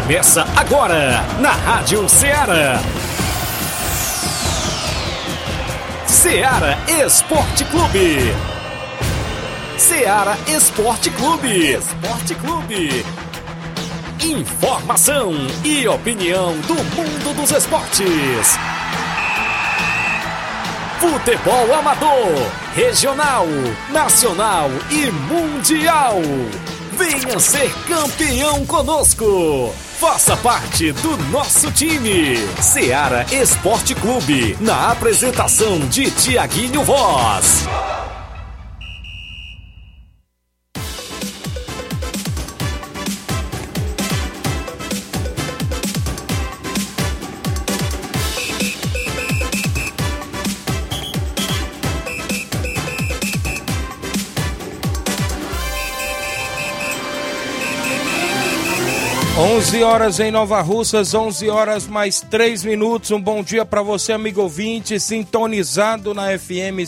Começa agora na Rádio Ceará. Ceará Esporte Clube. Ceará Esporte Clube. Esporte Clube. Informação e opinião do mundo dos esportes. Futebol amador, regional, nacional e mundial. Venha ser campeão conosco. Faça parte do nosso time. Ceará Esporte Clube, na apresentação de Tiaguinho Voz. Horas em Nova Russas, 11 horas mais 3 minutos. Um bom dia para você, amigo ouvinte, sintonizado na FM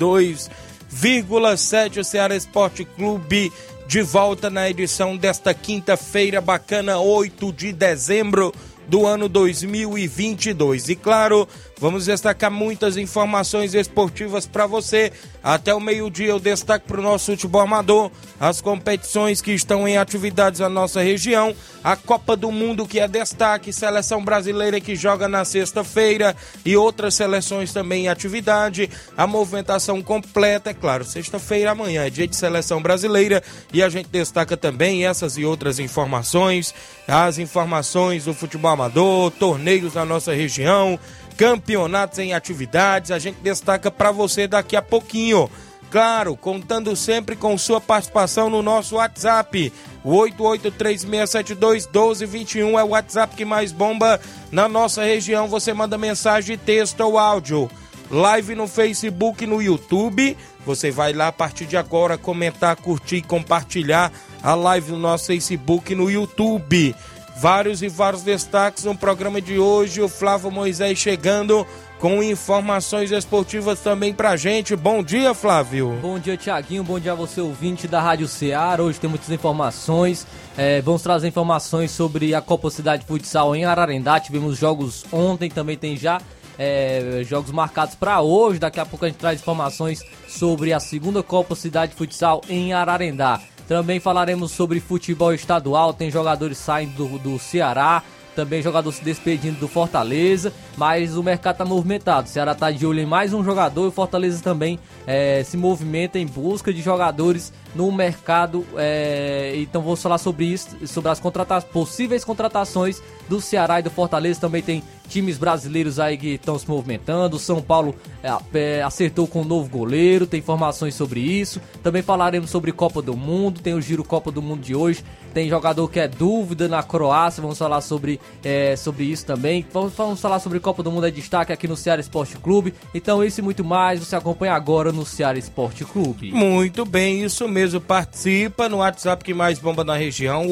102,7, o Ceará Esporte Clube, de volta na edição desta quinta-feira bacana, 8 de dezembro do ano 2022. E claro, vamos destacar muitas informações esportivas para você. Até o meio-dia eu destaco para o nosso futebol amador as competições que estão em atividades na nossa região, a Copa do Mundo que é destaque, seleção brasileira que joga na sexta-feira e outras seleções também em atividade, a movimentação completa, é claro, sexta-feira amanhã é dia de seleção brasileira e a gente destaca também essas e outras informações, as informações do futebol amador, torneios na nossa região, campeonatos em atividades, a gente destaca para você daqui a pouquinho. Claro, contando sempre com sua participação no nosso WhatsApp. O 8836721221 é o WhatsApp que mais bomba na nossa região. Você manda mensagem, texto ou áudio. Live no Facebook e no YouTube. Você vai lá a partir de agora comentar, curtir e compartilhar a live no nosso Facebook e no YouTube. Vários destaques no programa de hoje. O Flávio Moisés chegando com informações esportivas também pra gente. Bom dia, Flávio. Bom dia, Tiaguinho. Bom dia a você, ouvinte da Rádio Ceará. Hoje tem muitas informações. Vamos trazer informações sobre a Copa Cidade Futsal em Ararendá. Tivemos jogos ontem, também tem já jogos marcados para hoje. Daqui a pouco a gente traz informações sobre a segunda Copa Cidade Futsal em Ararendá. Também falaremos sobre futebol estadual, tem jogadores saindo do Ceará, também jogador se despedindo do Fortaleza, mas o mercado está movimentado. O Ceará está de olho em mais um jogador e o Fortaleza também se movimenta em busca de jogadores no mercado. Então vamos falar sobre isso, sobre as possíveis contratações do Ceará e do Fortaleza. Também tem times brasileiros aí que estão se movimentando. O São Paulo acertou com um novo goleiro, tem informações sobre isso. Também falaremos sobre Copa do Mundo, tem o Giro Copa do Mundo de hoje. Tem jogador que é dúvida na Croácia, vamos falar sobre isso também. Vamos falar sobre Copa do Mundo, é destaque aqui no Ceará Esporte Clube. Então isso e muito mais, você acompanha agora no Ceará Esporte Clube. Muito bem, isso mesmo, participa no WhatsApp que mais bomba na região,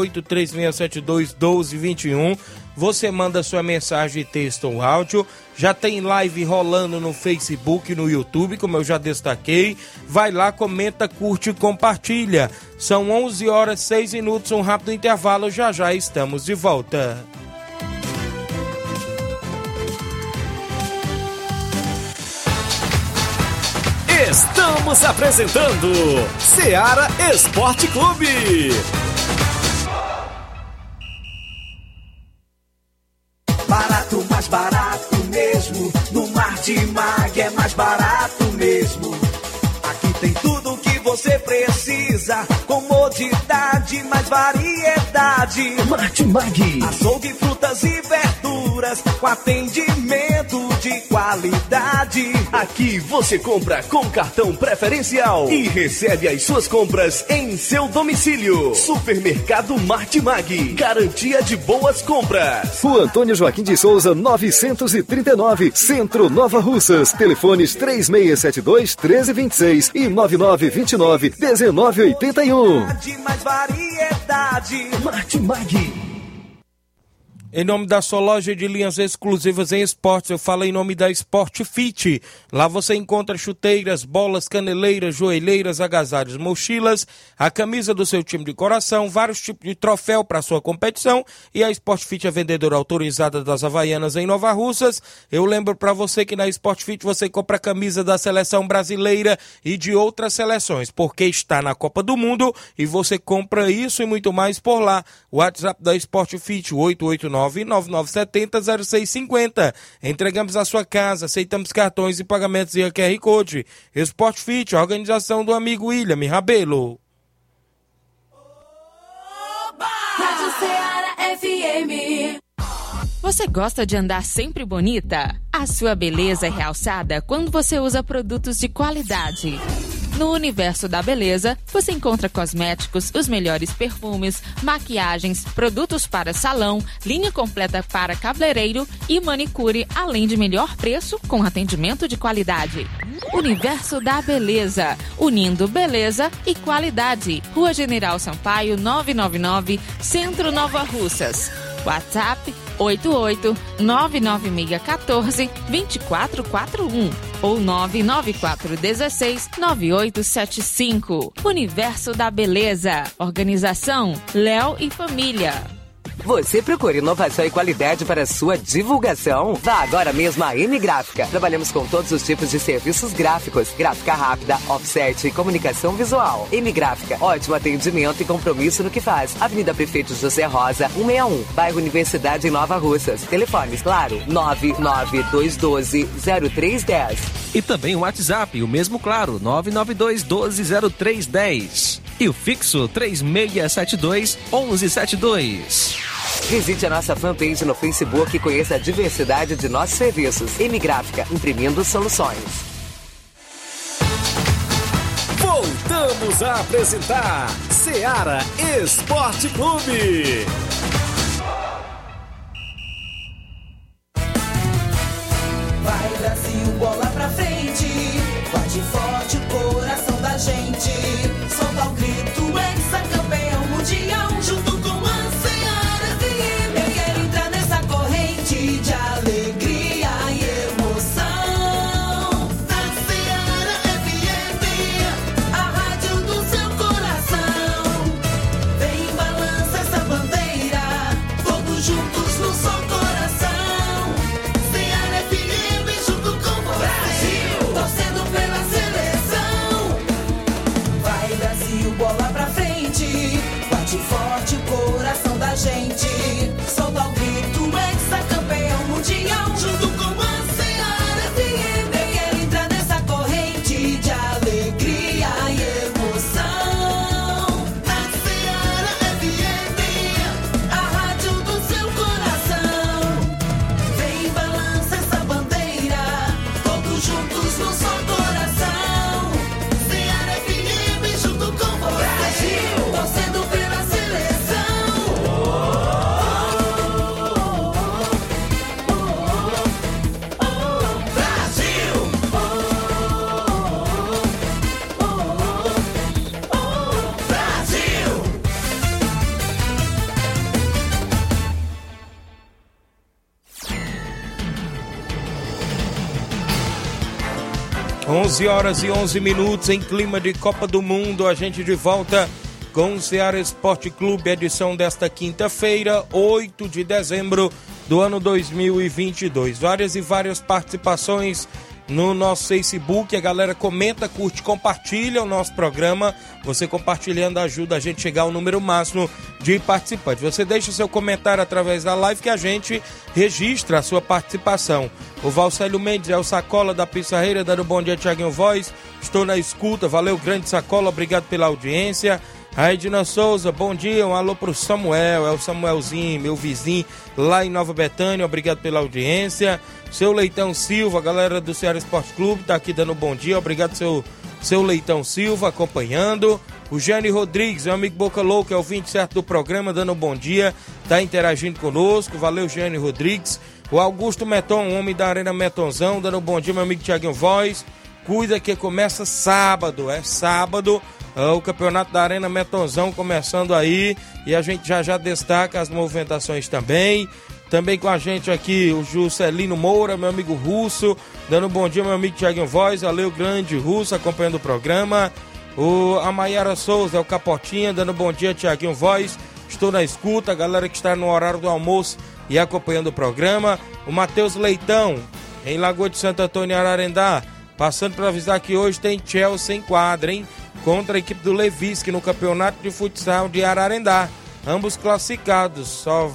8836721221. Você manda sua mensagem, texto ou áudio. Já tem live rolando no Facebook e no YouTube, como eu já destaquei. Vai lá, comenta, curte e compartilha. São 11 horas 6 minutos, um rápido intervalo. Já já estamos de volta. Estamos apresentando Ceará Esporte Clube. Barato, mais barato mesmo. No Martimag é mais barato mesmo. Aqui tem tudo o que você precisa. Comodidade, mais variedade. Martimag. Açougue, frutas e verduras com atendimento de qualidade. Aqui você compra com cartão preferencial e recebe as suas compras em seu domicílio. Supermercado Martimag, garantia de boas compras. Rua Antônio Joaquim de Souza, 939, Centro, Nova Russas. Telefones 3672-1326 e 9929-1981. Mais variedade. Martimag. Em nome da sua loja de linhas exclusivas em esportes, eu falo em nome da Sport Fit. Lá você encontra chuteiras, bolas, caneleiras, joelheiras, agasalhos, mochilas, a camisa do seu time de coração, vários tipos de troféu para sua competição. E a Sport Fit é vendedora autorizada das Havaianas em Nova Russas. Eu lembro para você que na Sport Fit você compra a camisa da seleção brasileira e de outras seleções, porque está na Copa do Mundo e você compra isso e muito mais por lá. O WhatsApp da Sport Fit, 889-9970-0650. Entregamos a sua casa, aceitamos cartões e pagamentos via QR Code. Sport Fit, organização do amigo William Rabelo. Rádio Ceará FM. Você gosta de andar sempre bonita? A sua beleza é realçada quando você usa produtos de qualidade. No Universo da Beleza, você encontra cosméticos, os melhores perfumes, maquiagens, produtos para salão, linha completa para cabeleireiro e manicure, além de melhor preço com atendimento de qualidade. Universo da Beleza, unindo beleza e qualidade. Rua General Sampaio, 999, Centro Nova Russas. WhatsApp 88-99614-2441 ou 99416-9875. Universo da Beleza. Organização Léo e Família. Você procura inovação e qualidade para sua divulgação? Vá agora mesmo à M-Gráfica. Trabalhamos com todos os tipos de serviços gráficos, gráfica rápida, offset e comunicação visual. M-Gráfica, ótimo atendimento e compromisso no que faz. Avenida Prefeito José Rosa, 161, bairro Universidade em Nova Russas. Telefones, claro, 992120310. E também o WhatsApp, o mesmo claro, 992120310. E o fixo 3672-1172. Visite a nossa fanpage no Facebook e conheça a diversidade de nossos serviços. M-Gráfica, imprimindo soluções. Voltamos a apresentar Ceará Esporte Clube. Vai Brasil, bola pra frente, bate forte o coração da gente. Solta o grito, ex-campeão mundial, junto com a Ceará FM. Eu quero entrar nessa corrente de alegria e emoção. A Ceará FM, a rádio do seu coração. Vem, balança essa bandeira, todos juntos no som coração. Ceará FM junto com você, Brasil, torcendo pela seleção. Vai Brasil, bola pra frente, bate forte o coração da gente. Solta o grito, ex-campeão mundial, junto com a Ceará FM. Eu quero entrar nessa corrente de alegria e emoção. A Ceará FM, a rádio do seu coração. Vem, balança essa bandeira, todos juntos no som coração. Ceará FM junto com você, Brasil, torcendo pela seleção. Brasil! Brasil! 11h11 em clima de Copa do Mundo, a gente de volta com o Ceará Esporte Clube, edição desta quinta-feira, 8 de dezembro do ano 2022. Várias e várias participações no nosso Facebook, a galera comenta, curte, compartilha o nosso programa. Você compartilhando ajuda a gente a chegar ao número máximo de participantes. Você deixa seu comentário através da live que a gente registra a sua participação. O Valcélio Mendes é o Sacola da Pissarreira, dando bom dia, Thiaguinho Voz. Estou na escuta, valeu, grande Sacola, obrigado pela audiência. A Edna Souza, bom dia, um alô pro Samuel, é o Samuelzinho, meu vizinho, lá em Nova Betânia, obrigado pela audiência. Seu Leitão Silva, galera do Ceará Esporte Clube, tá aqui dando bom dia, obrigado seu Leitão Silva, acompanhando. O Jânio Rodrigues, meu amigo Boca Louca, é o 20 certo do programa, dando bom dia, tá interagindo conosco, valeu Jânio Rodrigues. O Augusto Meton, um homem da Arena Metonzão, dando bom dia, meu amigo Thiaguinho Voz. Cuida que começa sábado, o campeonato da Arena Metonzão começando aí, e a gente já destaca as movimentações também. Também com a gente aqui o Juscelino Moura, meu amigo Russo, dando um bom dia, meu amigo Thiaguinho Voz, valeu, grande Russo, acompanhando o programa. A Maiara Souza, o Capotinha, dando um bom dia, Thiaguinho Voz, estou na escuta, a galera que está no horário do almoço e acompanhando o programa. O Matheus Leitão, em Lagoa de Santo Antônio, Ararendá, passando para avisar que hoje tem Chelsea em quadra, hein? Contra a equipe do Levisque no campeonato de futsal de Ararendá. Ambos classificados,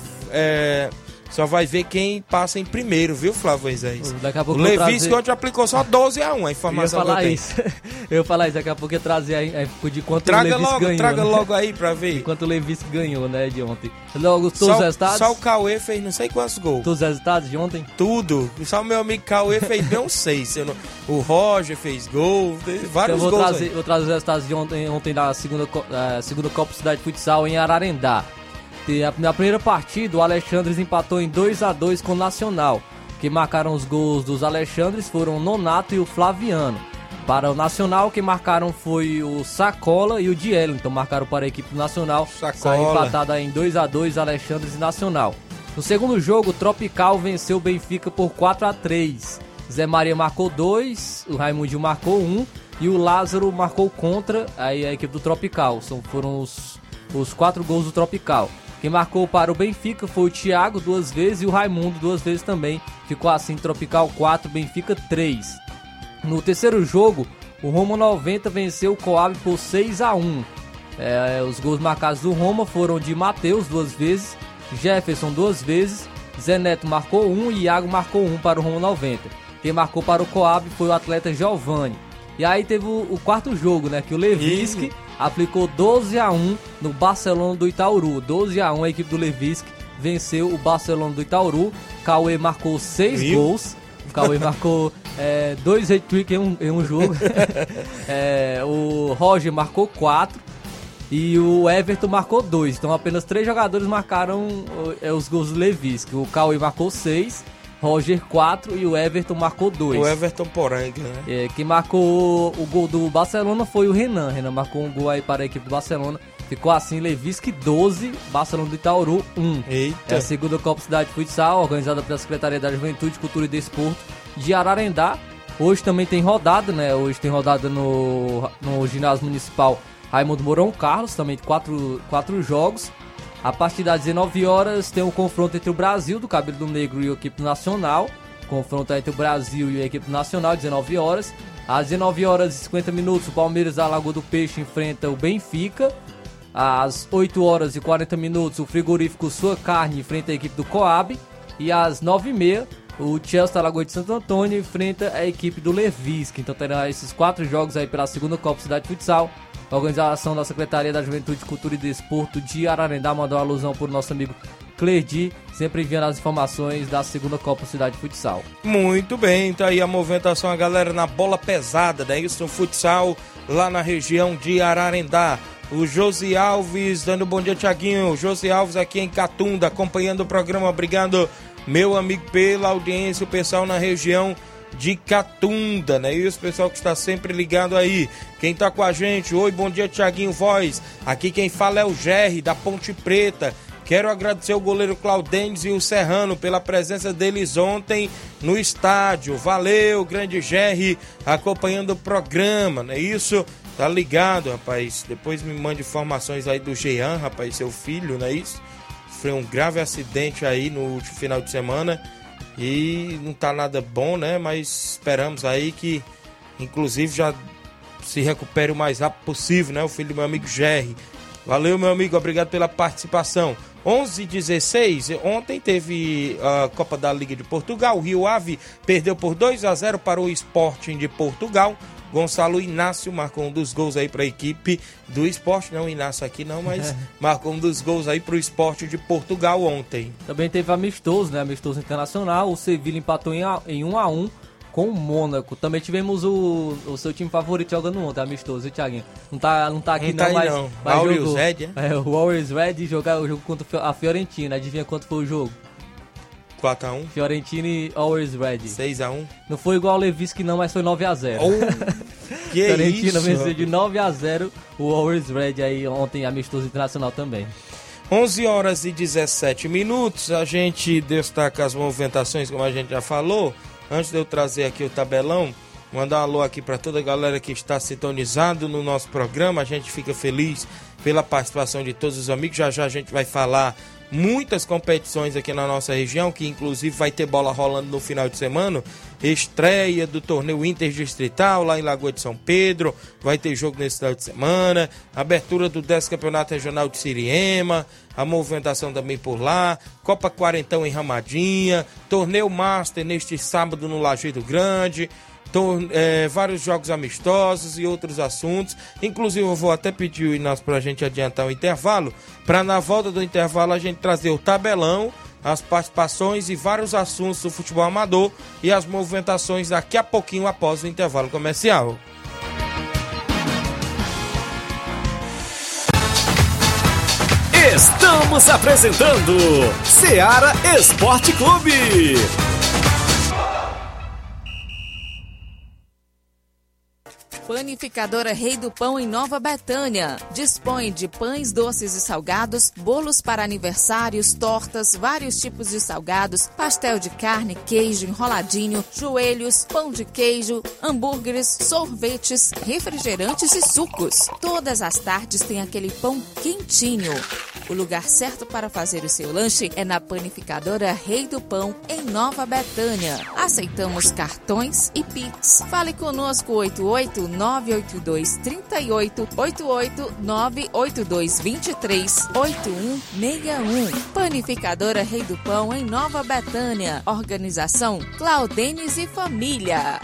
só vai ver quem passa em primeiro, viu, Flávio Moisés? O Levisque ontem aplicou só 12-1, a informação que eu tenho. Eu ia falar isso, daqui a pouco eu ia trazer de quanto o Levisque ganhou. Traga logo aí pra ver. De quanto o Levisque ganhou, né, de ontem. Logo, todos os resultados? Só o Cauê fez não sei quantos gols. Todos os resultados de ontem? Tudo. Só o meu amigo Cauê fez bem uns 6. O Roger fez gol, vários então, gols. Vou trazer os resultados de ontem da segunda Copa Cidade Futsal em Ararendá. Na primeira partida, o Alexandres empatou em 2-2 com o Nacional. Quem marcaram os gols dos Alexandres foram o Nonato e o Flaviano. Para o Nacional, quem marcaram foi o Sacola e o Dielo. Então marcaram para a equipe do Nacional. Saiu empatada em 2-2, Alexandres e Nacional. No segundo jogo, o Tropical venceu o Benfica por 4-3. Zé Maria marcou 2, o Raimundinho marcou 1 e o Lázaro marcou contra a equipe do Tropical. Foram os 4 gols do Tropical. Quem marcou para o Benfica foi o Thiago 2 vezes e o Raimundo 2 vezes também. Ficou assim, Tropical 4, Benfica 3. No terceiro jogo, o Roma 90 venceu o Coab por 6-1. Os gols marcados do Roma foram de Matheus 2 vezes, Jefferson 2 vezes, Zé Neto marcou 1 e Iago marcou 1 para o Roma 90. Quem marcou para o Coab foi o atleta Giovanni. E aí teve o quarto jogo, né, que o Levisque aplicou 12-1 no Barcelona do Itaúru. 12-1 a equipe do Levisque venceu o Barcelona do Itaúru. Cauê marcou 6 gols. O Cauê marcou 2 hat-trick em um jogo. O Roger marcou 4 e o Everton marcou 2. Então apenas 3 jogadores marcaram os gols do Levisque. O Cauê marcou 6, Roger 4 e o Everton marcou 2. O Everton Poranga, né? Quem marcou o gol do Barcelona foi o Renan. Renan marcou um gol aí para a equipe do Barcelona. Ficou assim, Levisque 12, Barcelona do Itaúru 1. Eita. É a segunda Copa Cidade Futsal, organizada pela Secretaria da Juventude, Cultura e Desporto de Ararendá. Hoje também tem rodada, né? Hoje tem rodada no ginásio municipal Raimundo Mourão Carlos, também 4 jogos. A partir das 19 horas tem um confronto entre o Brasil, do Cabelo do Negro, e a equipe nacional. Confronto entre o Brasil e a equipe nacional, 19 horas. Às 19 horas e 50 minutos, o Palmeiras da Lagoa do Peixe enfrenta o Benfica. Às 8 horas e 40 minutos, o frigorífico Sua Carne enfrenta a equipe do Coab. E às 9h30, o Chelsea da Lagoa de Santo Antônio enfrenta a equipe do Levisque. Então terá esses 4 jogos aí pela segunda Copa Cidade Futsal. A organização da Secretaria da Juventude, Cultura e Desporto de Ararendá mandou uma alusão por nosso amigo Clerdi, sempre enviando as informações da segunda Copa Cidade Futsal. Muito bem, tá aí a movimentação, a galera na bola pesada, né? Isso no futsal lá na região de Ararendá. O Josi Alves dando bom dia, Thiaguinho. O Josi Alves aqui em Catunda, acompanhando o programa. Obrigado, meu amigo, pela audiência, o pessoal na região de Catunda, né? E o pessoal que está sempre ligado aí. Quem tá com a gente, oi, bom dia, Thiaguinho Voz. Aqui quem fala é o Gerry, da Ponte Preta. Quero agradecer o goleiro Claudênis e o Serrano pela presença deles ontem no estádio. Valeu, grande Gerry, acompanhando o programa, não é isso? Tá ligado, rapaz? Depois me mande informações aí do Jean, rapaz, seu filho, não é isso? Foi um grave acidente aí no último final de semana. E não tá nada bom, né? Mas esperamos aí que, inclusive, já se recupere o mais rápido possível, né? O filho do meu amigo Gerry. Valeu, meu amigo, obrigado pela participação. 11h16, ontem teve a Copa da Liga de Portugal. O Rio Ave perdeu por 2-0 para o Sporting de Portugal. Gonçalo Inácio marcou um dos gols aí para a equipe do Sport, não o Inácio aqui não, mas marcou um dos gols aí para o Sport de Portugal ontem. Também teve amistoso, né? Amistoso internacional. O Sevilla empatou em 1-1 com o Mônaco. Também tivemos o seu time favorito jogando ontem, amistoso, viu, Thiaguinho? Não tá aqui não, mas não. Warriors Red, o Warriors Red jogar o jogo contra a Fiorentina. Adivinha quanto foi o jogo? 4-1. Fiorentina e Always Ready. 6-1. Não foi igual ao Levisque não, mas foi 9-0. Que Fiorentina isso? venceu de 9-0 o Always Ready aí ontem, amistoso internacional também. 11 horas e 17 minutos, a gente destaca as movimentações, como a gente já falou. Antes de eu trazer aqui o tabelão, mandar um alô aqui para toda a galera que está sintonizado no nosso programa. A gente fica feliz pela participação de todos os amigos. Já já a gente vai falar muitas competições aqui na nossa região, que inclusive vai ter bola rolando no final de semana. Estreia do torneio interdistrital lá em Lagoa de São Pedro, vai ter jogo nesse final de semana. Abertura do 10º Campeonato Regional de Siriema, a movimentação também por lá. Copa Quarentão em Ramadinha, torneio Master neste sábado no Lajeado Grande. Vários jogos amistosos e outros assuntos. Inclusive eu vou até pedir o Inácio pra gente adiantar o intervalo, para na volta do intervalo a gente trazer o tabelão, as participações e vários assuntos do futebol amador e as movimentações daqui a pouquinho após o intervalo comercial. Estamos apresentando Seara Esporte Clube. Panificadora Rei do Pão em Nova Betânia. Dispõe de pães doces e salgados, bolos para aniversários, tortas, vários tipos de salgados, pastel de carne, queijo, enroladinho, joelhos, pão de queijo, hambúrgueres, sorvetes, refrigerantes e sucos. Todas as tardes tem aquele pão quentinho. O lugar certo para fazer o seu lanche é na Panificadora Rei do Pão, em Nova Betânia. Aceitamos cartões e Pix. Fale conosco 88-982-38, 88-982-23-8161. Panificadora Rei do Pão, em Nova Betânia. Organização Claudenes e Família.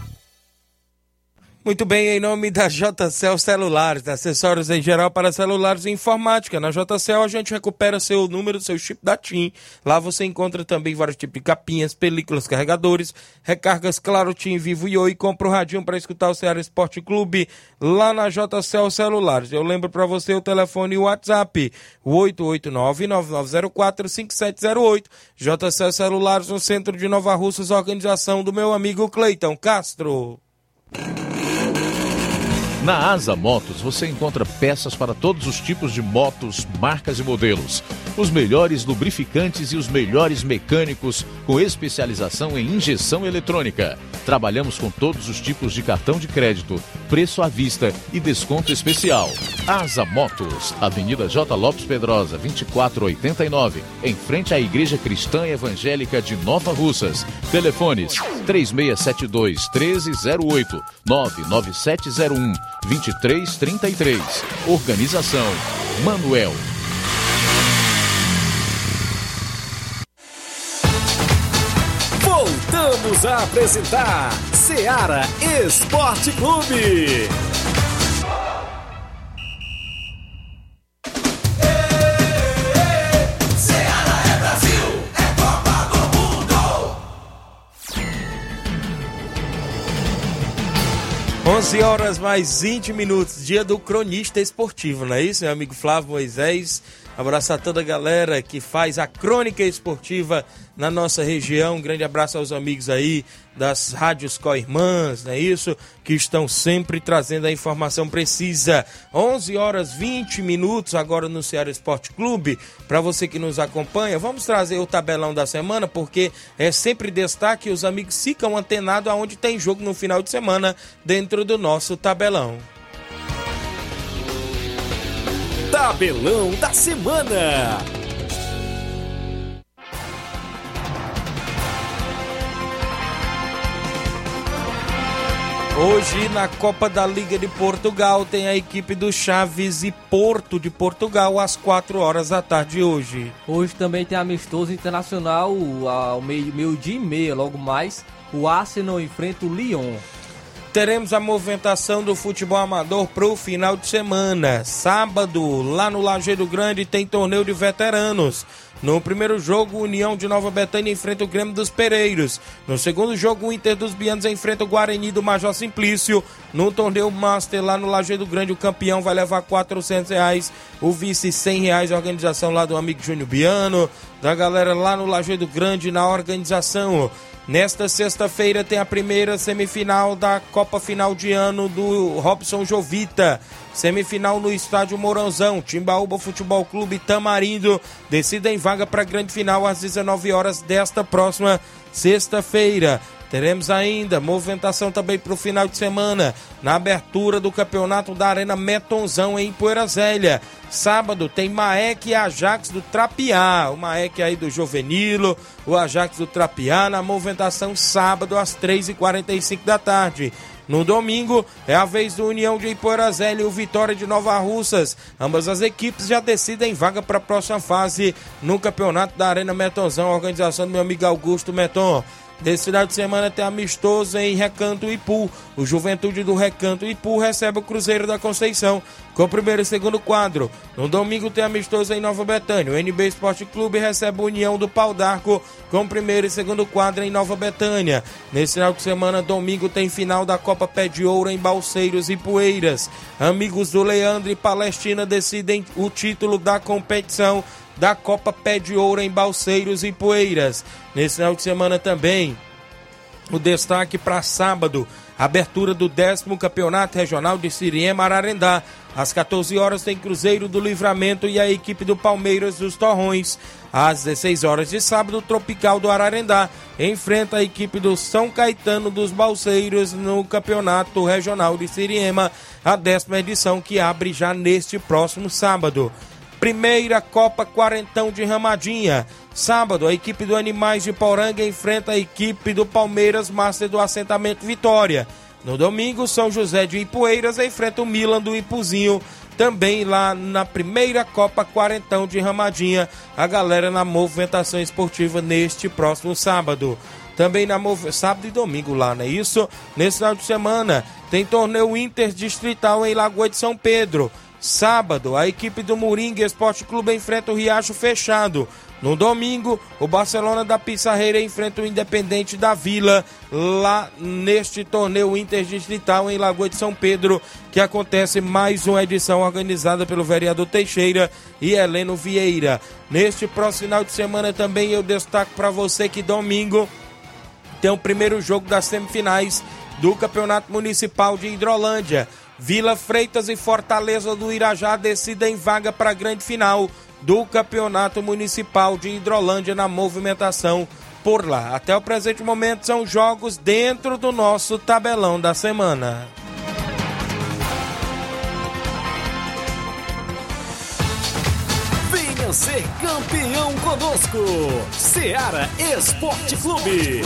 Muito bem, em nome da JCL Celulares, acessórios em geral para celulares e informática. Na JCL a gente recupera seu número, seu chip da TIM. Lá você encontra também vários tipos de capinhas, películas, carregadores, recargas Claro, TIM, Vivo e Oi. Compra o radinho para escutar o Ceará Esporte Clube lá na JCL Celulares. Eu lembro para você o telefone e o WhatsApp, 889-9904-5708. JCL Celulares, no centro de Nova Russas, organização do meu amigo Cleiton Castro. Na Asa Motos você encontra peças para todos os tipos de motos, marcas e modelos. Os melhores lubrificantes e os melhores mecânicos com especialização em injeção eletrônica. Trabalhamos com todos os tipos de cartão de crédito, preço à vista e desconto especial. Asa Motos, Avenida J. Lopes Pedrosa, 2489, em frente à Igreja Cristã Evangélica de Nova Russas. Telefones 3672-1308, 99701-2333. Organização Manuel. Voltamos a apresentar Seara Esporte Clube. 11 horas mais 20 minutos, dia do cronista esportivo, não é isso, meu amigo Flávio Moisés? Abraço a toda a galera que faz a crônica esportiva na nossa região. Um grande abraço aos amigos aí das rádios co-irmãs, não é isso? Que estão sempre trazendo a informação precisa. 11 horas 20 minutos agora no Ceará Esporte Clube. Para você que nos acompanha, vamos trazer o tabelão da semana, porque é sempre destaque e os amigos ficam antenados aonde tem jogo no final de semana dentro do nosso tabelão. Tabelão da semana. Hoje, na Copa da Liga de Portugal, tem a equipe do Chaves e Porto de Portugal às 4 horas da tarde hoje. Hoje também tem amistoso internacional ao meio-dia e meia, logo mais. O Arsenal enfrenta o Lyon. Teremos a movimentação do futebol amador para o final de semana. Sábado, lá no Lajeado Grande, tem torneio de veteranos. No primeiro jogo, o União de Nova Betânia enfrenta o Grêmio dos Pereiros. No segundo jogo, o Inter dos Bianos enfrenta o Guarani do Major Simplício. No torneio Master, lá no Lajeado Grande, o campeão vai levar R$400, o vice R$100, a organização lá do amigo Júnior Biano, da galera lá no Lajeado Grande, na organização. Nesta sexta-feira tem a primeira semifinal da Copa Final de Ano do Robson Jovita. Semifinal no estádio Mourãozão. Timbaúba Futebol Clube Tamarindo decidem vaga para a grande final às 19 horas desta próxima sexta-feira. Teremos ainda movimentação também para o final de semana, na abertura do campeonato da Arena Metonzão em Poeira Zélia. Sábado tem Maek e Ajax do Trapiá, o Maek aí do Jovenilo, o Ajax do Trapiá, na movimentação sábado às 3h45 da tarde. No domingo, é a vez do União de Poeira Zélia e o Vitória de Nova Russas. Ambas as equipes já decidem vaga para a próxima fase no campeonato da Arena Metonzão, a organização do meu amigo Augusto Meton. Nesse final de semana tem amistoso em Recanto Ipu. O Juventude do Recanto Ipu recebe o Cruzeiro da Conceição com o primeiro e segundo quadro. No domingo tem amistoso em Nova Betânia. O NB Esporte Clube recebe a União do Pau d'Arco com o primeiro e segundo quadro em Nova Betânia. Nesse final de semana, domingo, tem final da Copa Pé de Ouro em Balseiros e Poeiras. Amigos do Leandro e Palestina decidem o título da competição da Copa Pé de Ouro em Balseiros e Poeiras. Nesse final de semana também, o destaque para sábado, abertura do 10º Campeonato Regional de Siriema Ararendá. Às 14 horas tem Cruzeiro do Livramento e a equipe do Palmeiras dos Torrões. Às 16 horas de sábado, o Tropical do Ararendá enfrenta a equipe do São Caetano dos Balseiros no Campeonato Regional de Siriema, a 10ª edição que abre já neste próximo sábado. Primeira Copa Quarentão de Ramadinha. Sábado, a equipe do Animais de Poranga enfrenta a equipe do Palmeiras Master do Assentamento Vitória. No domingo, São José de Ipueiras enfrenta o Milan do Ipuzinho, também lá na primeira Copa Quarentão de Ramadinha. A galera na movimentação esportiva neste próximo sábado. Também sábado e domingo lá, não é isso? Nesse final de semana, tem torneio interdistrital em Lagoa de São Pedro. Sábado, a equipe do Moringa Esporte Clube enfrenta o Riacho Fechado. No domingo, o Barcelona da Pissarreira enfrenta o Independente da Vila, lá neste torneio interdistrital em Lagoa de São Pedro, que acontece mais uma edição organizada pelo vereador Teixeira e Heleno Vieira. Neste próximo final de semana também eu destaco para você que domingo tem o primeiro jogo das semifinais do Campeonato Municipal de Hidrolândia. Vila Freitas e Fortaleza do Irajá decidem vaga para a grande final do Campeonato Municipal de Hidrolândia na movimentação por lá. Até o presente momento são jogos dentro do nosso tabelão da semana. Venha ser campeão conosco, Ceará Esporte Clube.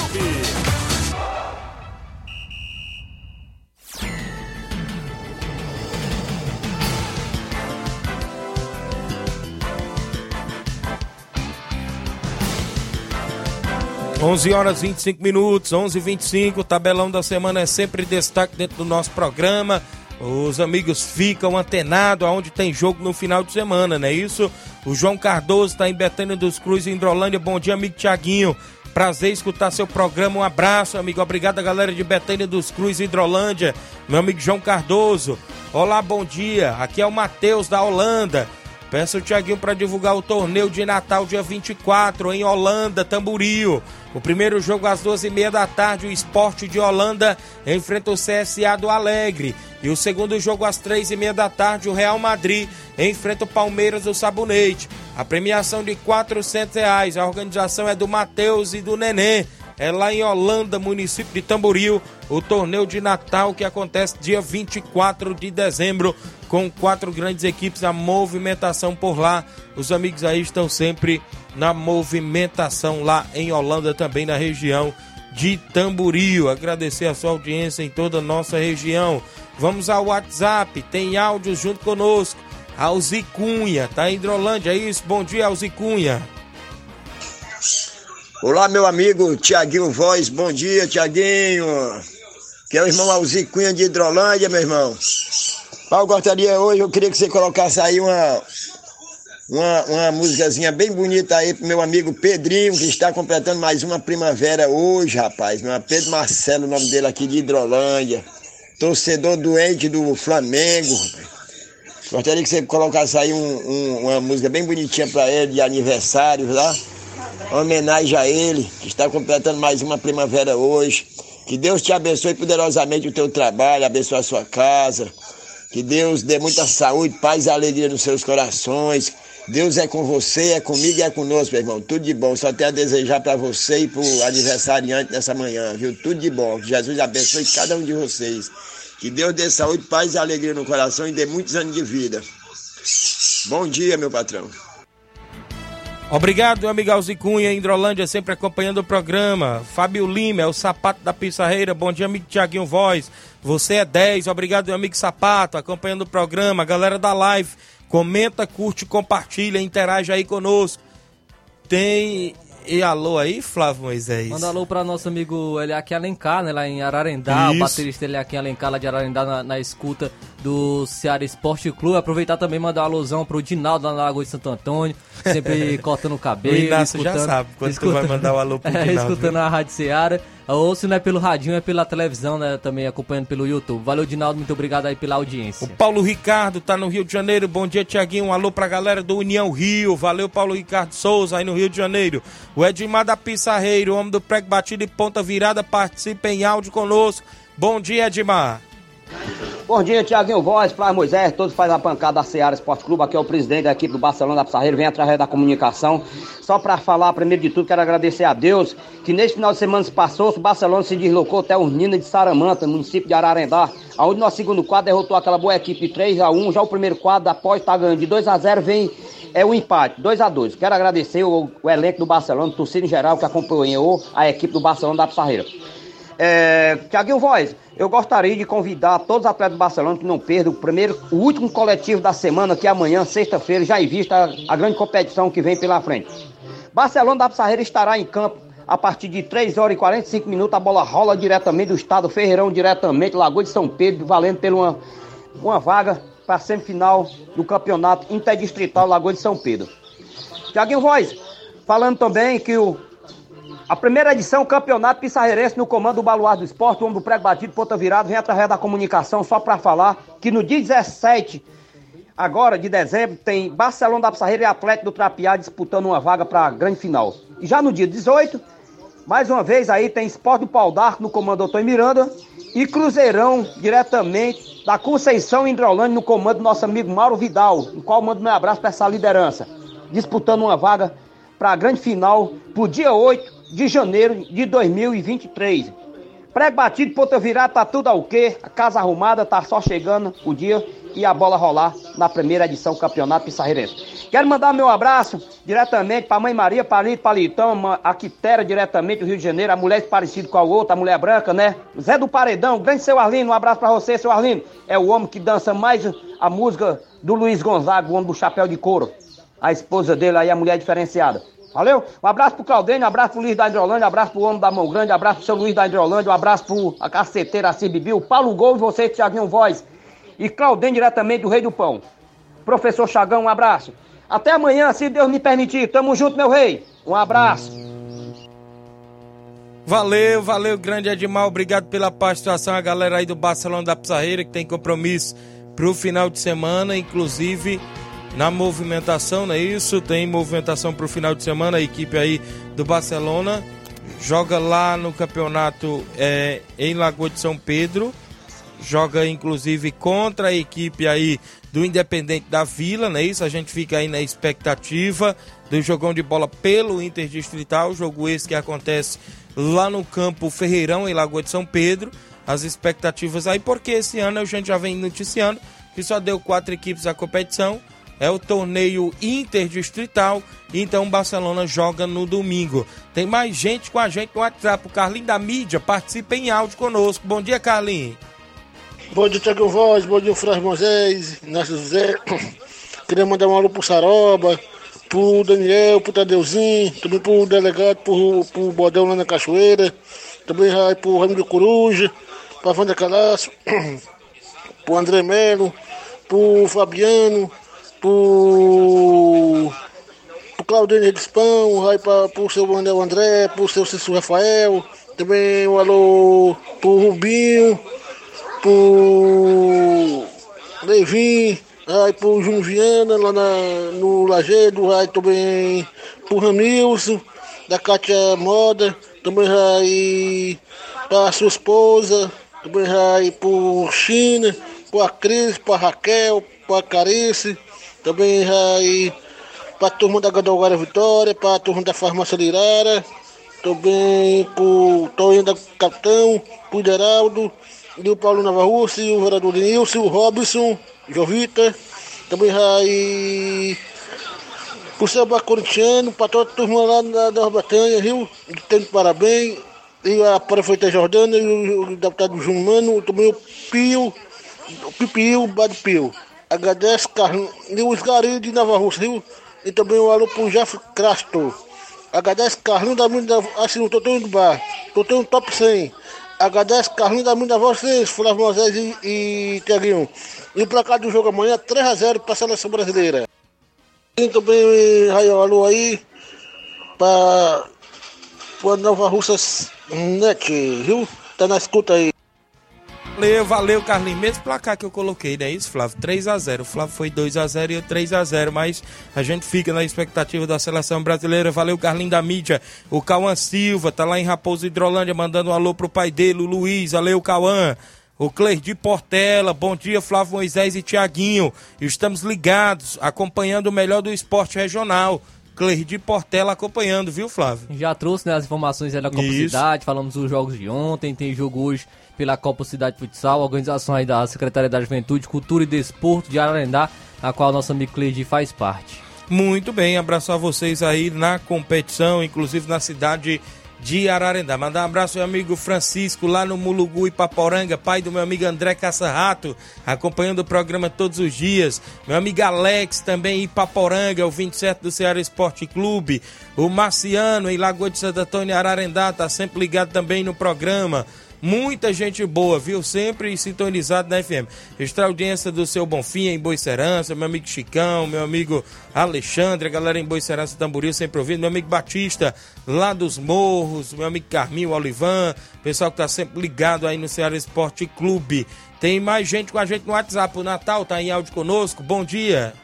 11 horas 25 minutos, 11h25, o tabelão da semana é sempre destaque dentro do nosso programa. Os amigos ficam antenados aonde tem jogo no final de semana, não é isso? O João Cardoso está em Betânia dos Cruz, em Hidrolândia. Bom dia, amigo Tiaguinho. Prazer escutar seu programa. Um abraço, amigo. Obrigado a galera de Betânia dos Cruz, Hidrolândia. Meu amigo João Cardoso. Olá, bom dia. Aqui é o Matheus da Holanda. Peço o Tiaguinho para divulgar o torneio de Natal dia 24 em Holanda, Tamboril. O primeiro jogo às 12h30 da tarde, o Sport de Holanda enfrenta o CSA do Alegre. E o segundo jogo às 3h30 da tarde, o Real Madrid enfrenta o Palmeiras do Sabonete. A premiação de R$400. A organização é do Matheus e do Nenê. É lá em Holanda, município de Tamboril, o torneio de Natal que acontece dia 24 de dezembro, com 4 grandes equipes, a movimentação por lá. Os amigos aí estão sempre na movimentação lá em Holanda, também na região de Tamboril. Agradecer a sua audiência em toda a nossa região. Vamos ao WhatsApp, tem áudio junto conosco. Alzi Cunha, tá em Hidrolândia, é isso? Bom dia, Alzi Cunha. Olá, meu amigo Tiaguinho Voz, bom dia, Tiaguinho. Que é o irmão Alzi Cunha de Hidrolândia, meu irmão. Eu gostaria hoje, eu queria que você colocasse aí uma musicazinha bem bonita aí pro meu amigo Pedrinho, que está completando mais uma primavera hoje, rapaz. Meu Pedro Marcelo, o nome dele aqui de Hidrolândia. Torcedor doente do Flamengo. Gostaria que você colocasse aí uma música bem bonitinha pra ele, de aniversário lá. Uma homenagem a ele, que está completando mais uma primavera hoje. Que Deus te abençoe poderosamente o teu trabalho, abençoe a sua casa. Que Deus dê muita saúde, paz e alegria nos seus corações. Deus é com você, é comigo e é conosco, meu irmão. Tudo de bom. Só tenho a desejar para você e para o aniversariante nessa manhã, viu? Tudo de bom. Que Jesus abençoe cada um de vocês. Que Deus dê saúde, paz e alegria no coração e dê muitos anos de vida. Bom dia, meu patrão. Obrigado, amigo Alzi Cunha, Hidrolândia, sempre acompanhando o programa. Fábio Lima, é o Sapato da Pissarreira. Bom dia, amigo Tiaguinho Voz. Você é 10. Obrigado, meu amigo Sapato, acompanhando o programa. Galera da live, comenta, curte, compartilha, interage aí conosco. Tem... E alô aí, Flávio Moisés? Manda alô para nosso amigo Eliakim Alencar, né, lá em Ararendá. Isso. O baterista Eliakim Alencar, lá de Ararendá, na escuta do Ceará Esporte Clube. Aproveitar também e mandar um alôzão pro Dinaldo, lá na Lagoa de Santo Antônio, sempre cortando o cabelo. O Inácio já sabe quando tu vai mandar o alô pro Dinaldo. Escutando a Rádio Ceará. Ou se não é pelo radinho, é pela televisão, né? Também acompanhando pelo YouTube. Valeu, Dinaldo, muito obrigado aí pela audiência. O Paulo Ricardo tá no Rio de Janeiro. Bom dia, Tiaguinho. Um alô pra galera do União Rio. Valeu, Paulo Ricardo Souza, aí no Rio de Janeiro. O Edmar da Pissarreira, o homem do prego batido e ponta virada, participa em áudio conosco. Bom dia, Edmar. Bom dia, Tiaguinho Voz, Flávio Moisés, todos fazem a pancada da Ceará Esporte Clube. Aqui é o presidente da equipe do Barcelona da Pissarreira, vem através da comunicação. Só para falar, primeiro de tudo, quero agradecer a Deus que neste final de semana se passou, o Barcelona se deslocou até Urnina de Saramanta, município de Ararendá, onde nosso segundo quadro derrotou aquela boa equipe 3-1. Já o primeiro quadro, após estar ganhando de 2-0, vem o empate, 2-2. Quero agradecer o elenco do Barcelona, a torcida em geral que acompanhou a equipe do Barcelona da Pissarreira. Tiaguinho Voz, eu gostaria de convidar todos os atletas do Barcelona que não perdam o último coletivo da semana, que é amanhã, sexta-feira, já em vista a grande competição que vem pela frente. Barcelona da Pissarreira estará em campo a partir de 3h45, a bola rola diretamente do estado Ferreirão, diretamente, Lagoa de São Pedro, valendo por uma vaga para a semifinal do campeonato interdistrital Lagoa de São Pedro. Tiaguinho Voz, falando também que a primeira edição, Campeonato Pissarreirense, no comando do Baluarte do Esporte, o homem do prego batido, ponta virada, vem através da comunicação, só para falar que no dia 17, agora de dezembro, tem Barcelona da Pissarreira e Atlético do Trapiá disputando uma vaga para a grande final. E já no dia 18, mais uma vez aí tem Esporte do Pau d'Arco no comando do Antônio Miranda e Cruzeirão, diretamente da Conceição Hidrolândia, no comando do nosso amigo Mauro Vidal, no qual mando meu abraço para essa liderança, disputando uma vaga para a grande final, pro dia 8 de janeiro de 2023. Prego batido, ponta virada, tá tudo ao quê? A casa arrumada, tá só chegando o dia e a bola rolar na primeira edição do Campeonato Pissarreirense. Quero mandar meu abraço diretamente pra Mãe Maria, Palito, Palitão, a Quitera, diretamente do Rio de Janeiro, a mulher parecida com a outra, a mulher branca, né? Zé do Paredão, grande seu Arlindo, um abraço pra você, seu Arlindo. É o homem que dança mais a música do Luiz Gonzaga, o homem do chapéu de couro. A esposa dele aí, a mulher diferenciada. Valeu? Um abraço pro Claudênio, um abraço pro Luiz da Hidrolândia, um abraço pro homem da Mão Grande, um abraço pro seu Luiz da Hidrolândia, um abraço pro a caceteira Assi Bibi, o Paulo Gol e você, Tiaguinho Voz. E Claudênio, diretamente do Rei do Pão. Professor Chagão, um abraço. Até amanhã, se Deus me permitir. Tamo junto, meu rei. Um abraço. Valeu, grande Edmar. Obrigado pela participação. A galera aí do Barcelona da Pissarreira, que tem compromisso pro final de semana, inclusive na movimentação, não é isso? Tem movimentação pro final de semana. A equipe aí do Barcelona joga lá no campeonato em Lagoa de São Pedro. Joga inclusive contra a equipe aí do Independente da Vila, não é isso? A gente fica aí na expectativa do jogão de bola pelo Interdistrital, jogo esse que acontece lá no campo Ferreirão, em Lagoa de São Pedro. As expectativas aí, porque esse ano a gente já vem noticiando que só deu 4 equipes à competição. É o torneio interdistrital, então o Barcelona joga no domingo. Tem mais gente com a gente no WhatsApp. O Carlinho da Mídia participa em áudio conosco. Bom dia, Carlinho. Bom dia, Tiaguinho Voz. Bom dia, Flávio Moisés, Inácio José. Queria mandar um alô pro Saroba, pro Daniel, pro Tadeuzinho, também pro delegado, pro Bodão lá na Cachoeira, também pro Ramiro Coruja, pra Wanda Calaço, pro André Melo, pro Fabiano, pro Claudênio Redispão, pro seu Manuel André, pro seu Cícero Rafael, também um alô pro Rubinho, pro Levi, pro Júnior Viana lá no Lagedo, também pro Ramilson, da Cátia Moda, também vai pra sua esposa, também vai pro China, pra Cris, pra Raquel, pra Carice, também vai pra turma da Gadoguara Vitória, pra turma da Farmácia Lirara, também pro Toinho da Capitão, pro Geraldo, e o Paulo Navarro, e o vereador Nilson, o Robson, Jovita, também vai pro Seba Corintiano, pra toda a turma lá da Nova Betânia, viu? Tendo parabéns, e a prefeita Jordana, e o deputado João Mano, também o Pipio, o Bado Pio. Agradece Carlos, e os garis de Nova Rússia, viu? E também o alô pro Jeff Crasto. Agradece Carlinhos da Mina, assim, o Totão do Bar, Totão top 100. Agradece Carlinhos da Mina, vocês, Flávio Moisés e Tiaguinho. E o placar do jogo amanhã, 3-0 para a seleção brasileira. E também, alô aí, para Nova Russas Net, viu? Tá na escuta aí. Valeu, Carlinhos. Mesmo placar que eu coloquei, não é isso, Flávio? 3-0. O Flávio foi 2-0 e eu 3-0, mas a gente fica na expectativa da seleção brasileira. Valeu, Carlinhos da mídia. O Cauã Silva tá lá em Raposo Hidrolândia, mandando um alô pro pai dele, o Luiz. Valeu, Cauã. O Cleide Portela, bom dia, Flávio Moisés e Tiaguinho. Estamos ligados, acompanhando o melhor do esporte regional. Cleide Portela acompanhando, viu, Flávio? Já trouxe, né, as informações aí da Copa Cidade, falamos dos jogos de ontem, tem jogo hoje pela Copa Cidade Futsal, organização aí da Secretaria da Juventude, Cultura e Desporto de Ararendá, a qual nosso amigo Cleide faz parte. Muito bem, abraço a vocês aí na competição, inclusive na cidade de Ararendá. Mandar um abraço ao meu amigo Francisco lá no Mulugu, Ipaporanga, pai do meu amigo André Caça-Rato, acompanhando o programa todos os dias. Meu amigo Alex também em Ipaporanga, o 27 do Ceará Esporte Clube. O Marciano em Lagoa de Santo Antônio, Ararendá, tá sempre ligado também no programa. Muita gente boa, viu? Sempre sintonizado na FM. Extra audiência do seu Bonfim em Boicerança, meu amigo Chicão, meu amigo Alexandre, a galera em Boicerança, Tamboril, sempre ouvindo, meu amigo Batista, lá dos Morros, meu amigo Carminho, Olivan, pessoal que tá sempre ligado aí no Ceará Esporte Clube. Tem mais gente com a gente no WhatsApp. O Natal tá em áudio conosco. Bom dia.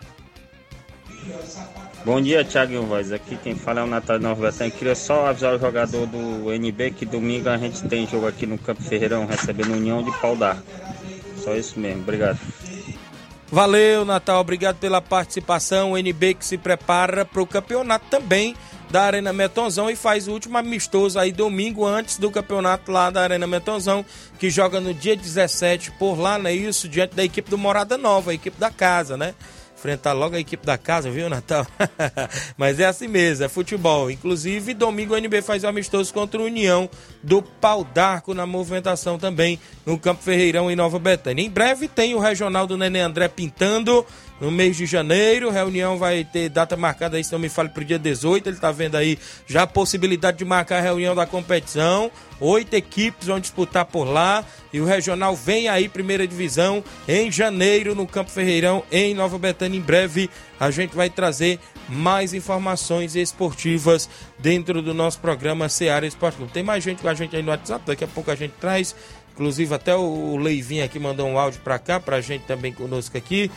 Bom dia, Thiago Voz. Aqui quem fala é o Natal de Nova Betânia. Queria só avisar o jogador do NB que domingo a gente tem jogo aqui no Campo Ferreirão, recebendo União de Pau d'Arco. Só isso mesmo, obrigado. Valeu, Natal, obrigado pela participação. O NB que se prepara para o campeonato também da Arena Metonzão e faz o último amistoso aí domingo antes do campeonato lá da Arena Metonzão, que joga no dia 17 por lá, não é isso? Diante da equipe do Morada Nova, a equipe da casa, né? Enfrentar logo a equipe da casa, viu, Natal? Mas é assim mesmo, é futebol. Inclusive, domingo o NB faz um amistoso contra o União do Pau d'Arco na movimentação também no Campo Ferreirão em Nova Betânia. Em breve tem o Regional do Nenê André pintando no mês de janeiro. Reunião vai ter data marcada aí, se não me fale, para o dia 18. Ele está vendo aí já a possibilidade de marcar a reunião da competição. 8 equipes vão disputar por lá. E o Regional vem aí, primeira divisão, em janeiro, no Campo Ferreirão, em Nova Betânia. Em breve a gente vai trazer mais informações esportivas dentro do nosso programa Ceará Esporte Clube. Tem mais gente com a gente aí no WhatsApp, daqui a pouco a gente traz. Inclusive até o Leivinho aqui mandou um áudio pra cá, pra gente também conosco aqui.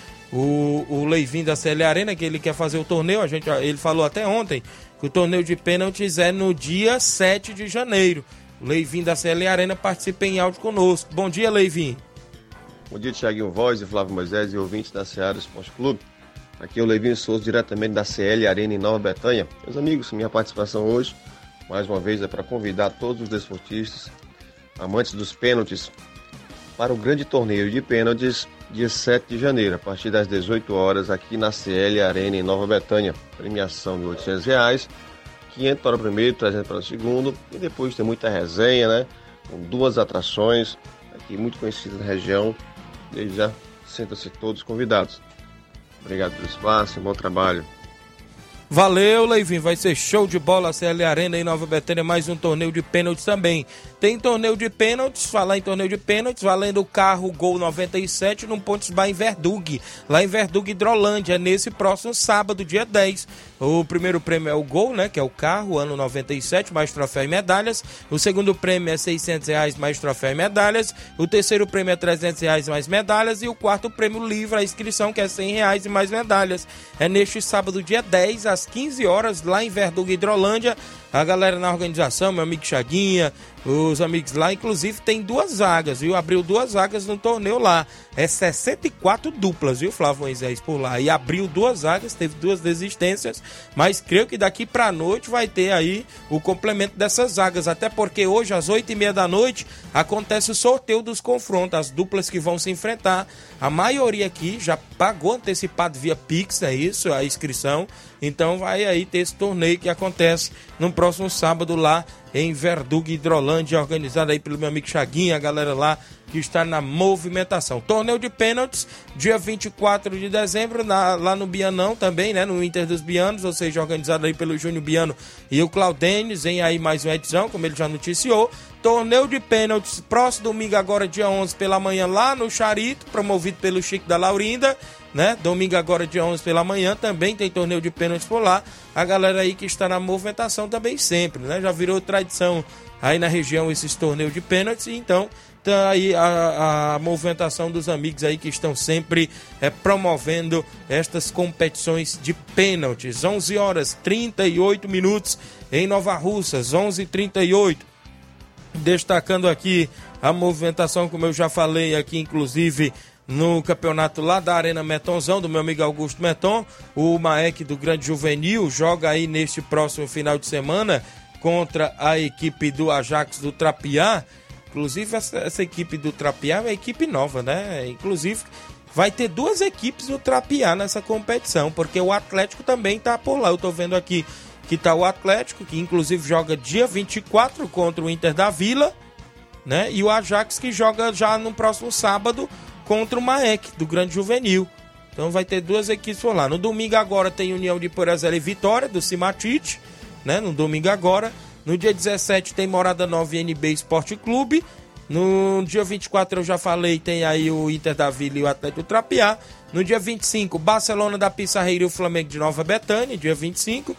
O Leivinho da CL Arena, que ele quer fazer o torneio. Ele falou até ontem que o torneio de pênaltis é no dia 7 de janeiro. O Leivinho da CL Arena participa em áudio conosco. Bom dia, Leivinho. Bom dia, Thiaguinho Voz e Flávio Moisés e ouvintes da Ceará Esporte Clube. Aqui é o Leivinho Souza, diretamente da CL Arena em Nova Betânia. Meus amigos, minha participação hoje, mais uma vez, é para convidar todos os desportistas, amantes dos pênaltis, para o grande torneio de pênaltis, dia 7 de janeiro, a partir das 18 horas, aqui na CL Arena em Nova Betânia. Premiação de R$800, 500 para o primeiro, 300 para o segundo, e depois tem muita resenha, né? Com 2 atrações, aqui muito conhecidas na região. Desde já, sintam-se todos convidados. Obrigado pelo espaço e bom trabalho. Valeu, Leivinho, vai ser show de bola a CL Arena em Nova Betânia, mais um torneio de pênaltis também. Tem torneio de pênaltis, falar em torneio de pênaltis, valendo o carro Gol 97 no Pontes Bar em Verdug, lá em Verdug, Hidrolândia, nesse próximo sábado, dia 10. O primeiro prêmio é o Gol, né, que é o carro, ano 97, mais troféu e medalhas. O segundo prêmio é R$600, mais troféu e medalhas. O terceiro prêmio é R$300, mais medalhas. E o quarto prêmio livre, a inscrição, que é R$100 e mais medalhas. É neste sábado, dia 10, às às 15 horas, lá em Verdugo, Hidrolândia. A galera na organização, meu amigo Chaguinha, os amigos lá, inclusive tem 2 vagas, viu? Abriu 2 vagas no torneio lá. É 64 duplas, viu, Flávio Moisés, por lá. E abriu 2 vagas, teve 2 desistências, mas creio que daqui pra noite vai ter aí o complemento dessas vagas, até porque hoje, às 8h30 da noite, acontece o sorteio dos confrontos, as duplas que vão se enfrentar. A maioria aqui já pagou antecipado via Pix, é isso, a inscrição. Então vai aí ter esse torneio que acontece no próximo sábado lá em Verdugo, Hidrolândia, organizado aí pelo meu amigo Chaguinha, a galera lá que está na movimentação. Torneio de pênaltis, dia 24 de dezembro, lá no Bianão também, né? No Inter dos Bianos, ou seja, organizado aí pelo Júnior Biano e o Claudênis. Vem aí mais uma edição, como ele já noticiou. Torneio de pênaltis, próximo domingo agora, dia 11 pela manhã, lá no Charito, promovido pelo Chico da Laurinda, né? Domingo agora, dia 11 pela manhã, também tem torneio de pênaltis por lá. A galera aí que está na movimentação também sempre, né? Já virou tradição aí na região esses torneios de pênaltis, então tá aí a movimentação dos amigos aí que estão sempre promovendo estas competições de pênaltis. 11 horas 38 minutos em Nova Russas, 11h38. Destacando aqui a movimentação, como eu já falei aqui, inclusive no campeonato lá da Arena Metonzão, do meu amigo Augusto Meton. O Maek do Grande Juvenil joga aí neste próximo final de semana contra a equipe do Ajax do Trapiá. Inclusive essa equipe do Trapiá é uma equipe nova, né? Inclusive vai ter 2 equipes do Trapiá nessa competição, porque o Atlético também tá por lá. Eu tô vendo aqui que tá o Atlético, que inclusive joga dia 24 contra o Inter da Vila, né? E o Ajax que joga já no próximo sábado contra o Maek, do Grande Juvenil. Então vai ter 2 equipes por lá. No domingo agora tem União de Porazela e Vitória, do Cimatite, né? No domingo agora. No dia 17 tem Morada Nova e NB Esporte Clube. No dia 24 eu já falei, tem aí o Inter da Vila e o Atlético Trapiá. No dia 25, Barcelona da Pissarreira e o Flamengo de Nova Betânia, dia 25.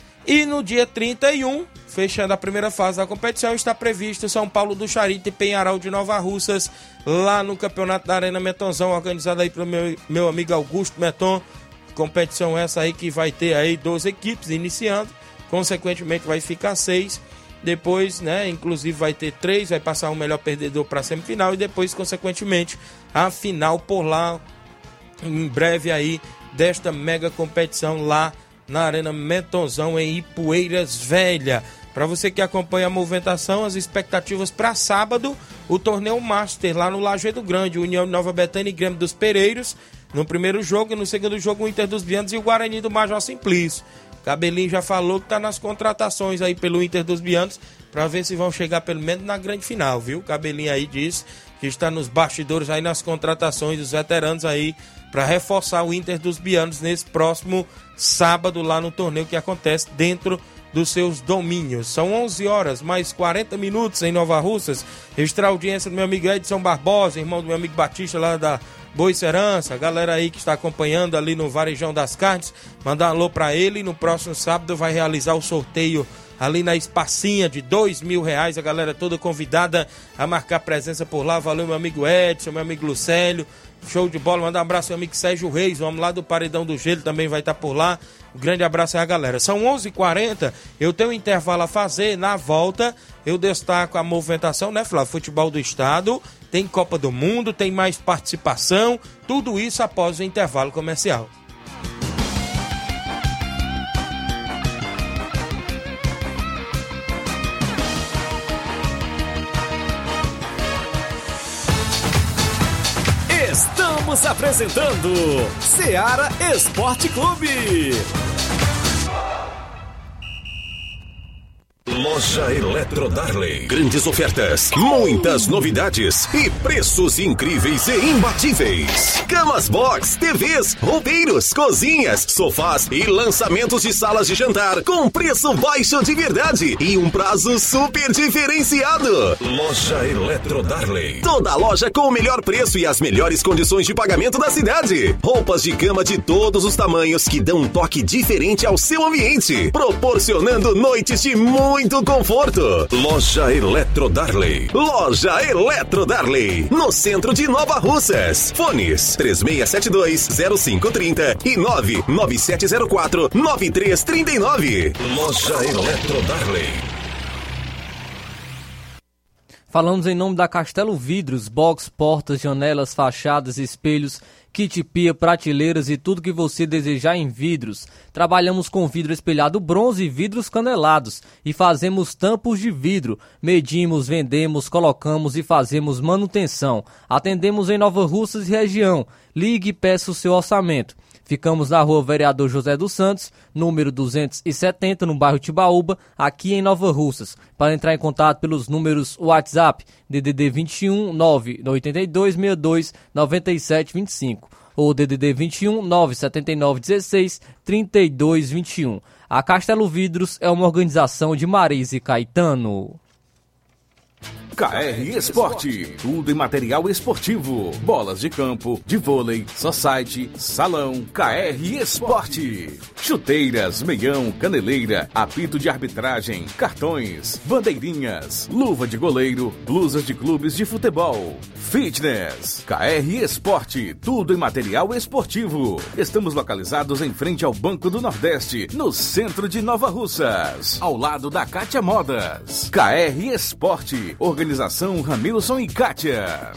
E no dia 31, fechando a primeira fase da competição, está previsto São Paulo do Charito e Penharol de Nova Russas, lá no campeonato da Arena Metonzão, organizado aí pelo meu amigo Augusto Meton. Competição essa aí que vai ter aí 12 equipes iniciando, consequentemente vai ficar 6, depois, né, inclusive vai ter 3, vai passar o melhor perdedor para a semifinal e depois, consequentemente, a final por lá, em breve aí, desta mega competição lá na Arena Metonzão, em Ipueiras Velha. Para você que acompanha a movimentação, as expectativas para sábado, o torneio Master lá no Lajeado Grande, União de Nova Betânia e Grêmio dos Pereiros, no primeiro jogo, e no segundo jogo o Inter dos Bianos e o Guarani do Major Simplício. Cabelinho já falou que tá nas contratações aí pelo Inter dos Bianos, para ver se vão chegar pelo menos na grande final, viu? Cabelinho aí disse que está nos bastidores aí nas contratações dos veteranos aí, para reforçar o Inter dos Bianos nesse próximo sábado lá no torneio que acontece dentro dos seus domínios. São 11 horas mais 40 minutos em Nova Russas. Registrar a audiência do meu amigo Edson Barbosa, irmão do meu amigo Batista lá da Boa Serança, a galera aí que está acompanhando ali no Varejão das Carnes, mandar um alô para ele. No próximo sábado vai realizar o sorteio ali na Espacinha de R$2.000, a galera toda convidada a marcar presença por lá. Valeu meu amigo Edson, meu amigo Lucélio, show de bola. Mandar um abraço ao meu amigo Sérgio Reis, vamos lá do Paredão do Gelo, também vai estar por lá. Um grande abraço aí a galera. São 11h40, eu tenho um intervalo a fazer. Na volta eu destaco a movimentação, né, Flávio? Futebol do Estado, tem Copa do Mundo, tem mais participação, tudo isso após o intervalo comercial. Estamos apresentando Seara Esporte Clube. Loja Eletro Darley. Grandes ofertas, muitas novidades e preços incríveis e imbatíveis. Camas box, TVs, roupeiros, cozinhas, sofás e lançamentos de salas de jantar com preço baixo de verdade e um prazo super diferenciado. Loja Eletro Darley. Toda loja com o melhor preço e as melhores condições de pagamento da cidade. Roupas de cama de todos os tamanhos que dão um toque diferente ao seu ambiente, proporcionando noites de muito do conforto. Loja Eletro Darley. Loja Eletro Darley. No centro de Nova Russas. Fones 3672-0530 e 99704-9339. Loja Eletro Darley. Falamos em nome da Castelo Vidros, box, portas, janelas, fachadas, espelhos, kit pia, prateleiras e tudo que você desejar em vidros. Trabalhamos com vidro espelhado bronze e vidros canelados e fazemos tampos de vidro. Medimos, vendemos, colocamos e fazemos manutenção. Atendemos em Nova Russas e região. Ligue e peça o seu orçamento. Ficamos na rua Vereador José dos Santos, número 270, no bairro Tibaúba, aqui em Nova Russas. Para entrar em contato pelos números WhatsApp, DDD 21 982 62 97 25 ou DDD 21 979 16 32 21. A Castelo Vidros é uma organização de Marise Caetano. KR Esporte, tudo em material esportivo, bolas de campo, de vôlei, society, salão, KR Esporte, chuteiras, meião, caneleira, apito de arbitragem, cartões, bandeirinhas, luva de goleiro, blusas de clubes de futebol, fitness, KR Esporte, tudo em material esportivo. Estamos localizados em frente ao Banco do Nordeste, no centro de Nova Russas, ao lado da Kátia Modas. KR Esporte, organização Ramilson e Kátia.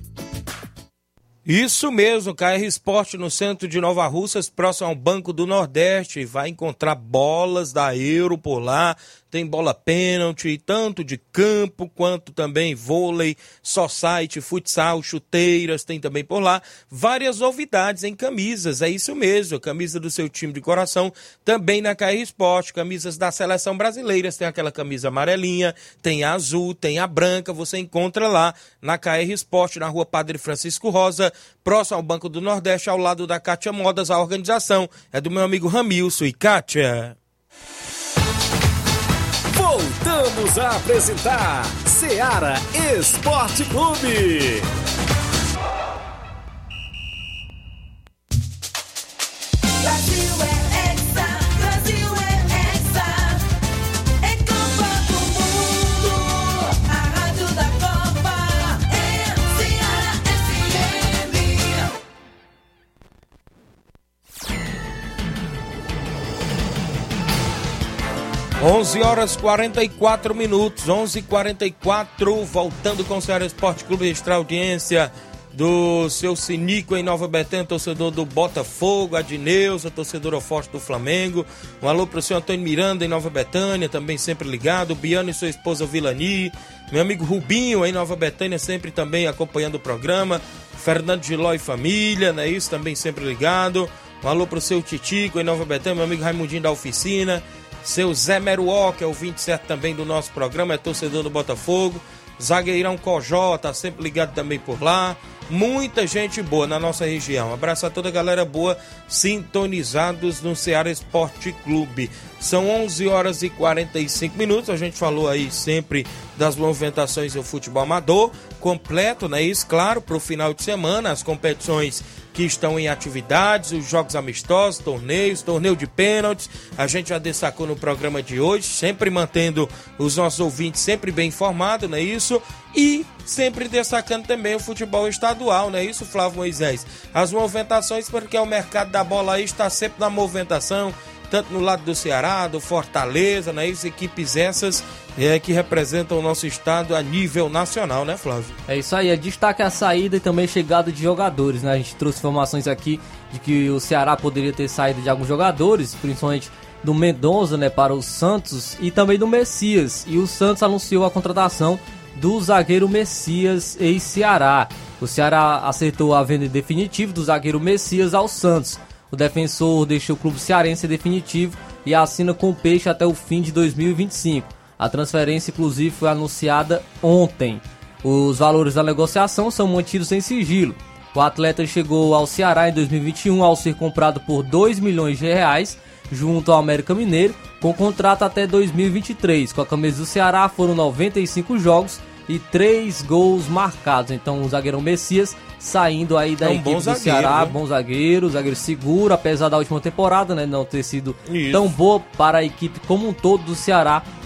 Isso mesmo, KR Esporte no centro de Nova Russas, próximo ao Banco do Nordeste. Vai encontrar bolas da Euro por lá. Tem bola pênalti, tanto de campo quanto também vôlei, society, futsal, chuteiras, tem também por lá. Várias novidades em camisas, é isso mesmo, camisa do seu time de coração, também na KR Esporte, camisas da seleção brasileira, tem aquela camisa amarelinha, tem a azul, tem a branca, você encontra lá na KR Esporte, na rua Padre Francisco Rosa, próximo ao Banco do Nordeste, ao lado da Kátia Modas. A organização é do meu amigo Ramilson e Kátia. Voltamos a apresentar Seara Esporte Clube. 11h44, 11h44, voltando com o Ceará Esporte Clube, extra audiência do seu Sinico em Nova Betânia, torcedor do Botafogo, Adneuza, torcedora forte do Flamengo. Um alô pro senhor Antônio Miranda em Nova Betânia, também sempre ligado. Biano e sua esposa Vilani, meu amigo Rubinho em Nova Betânia, sempre também acompanhando o programa. Fernando Giló e família, né? Isso, também sempre ligado. Um alô pro seu Titico em Nova Betânia, meu amigo Raimundinho da Oficina. Seu Zé Meruó, que é o 27 também do nosso programa, é torcedor do Botafogo. Zagueirão Cojó, tá sempre ligado também por lá. Muita gente boa na nossa região. Abraço a toda a galera boa, sintonizados no Ceará Esporte Clube. São 11h45. A gente falou aí sempre das movimentações do futebol amador. Completo, né? Isso, claro, para o final de semana, as competições que estão em atividades, os jogos amistosos, torneios, torneio de pênaltis, a gente já destacou no programa de hoje, sempre mantendo os nossos ouvintes sempre bem informados, não é isso? E sempre destacando também o futebol estadual, não é isso, Flávio Moisés? As movimentações, porque o mercado da bola aí está sempre na movimentação, tanto no lado do Ceará, do Fortaleza, né? Isso, equipes essas que representam o nosso estado a nível nacional, né, Flávio? É isso aí, destaque a saída e também chegada de jogadores, né? A gente trouxe informações aqui de que o Ceará poderia ter saído de alguns jogadores, principalmente do Mendonça, né, para o Santos e também do Messias. E o Santos anunciou a contratação do zagueiro Messias ex-Ceará. O Ceará acertou a venda definitiva do zagueiro Messias ao Santos. O defensor deixou o clube cearense definitivo e assina com o Peixe até o fim de 2025. A transferência, inclusive, foi anunciada ontem. Os valores da negociação são mantidos em sigilo. O atleta chegou ao Ceará em 2021 ao ser comprado por R$2 milhões junto ao América Mineiro, com contrato até 2023. Com a camisa do Ceará foram 95 jogos e 3 gols marcados. Então o zagueirão Messias saindo aí da equipe do Ceará, né? Bom zagueiro seguro, apesar da última temporada, né, não ter sido tão boa para a equipe como um todo do Ceará.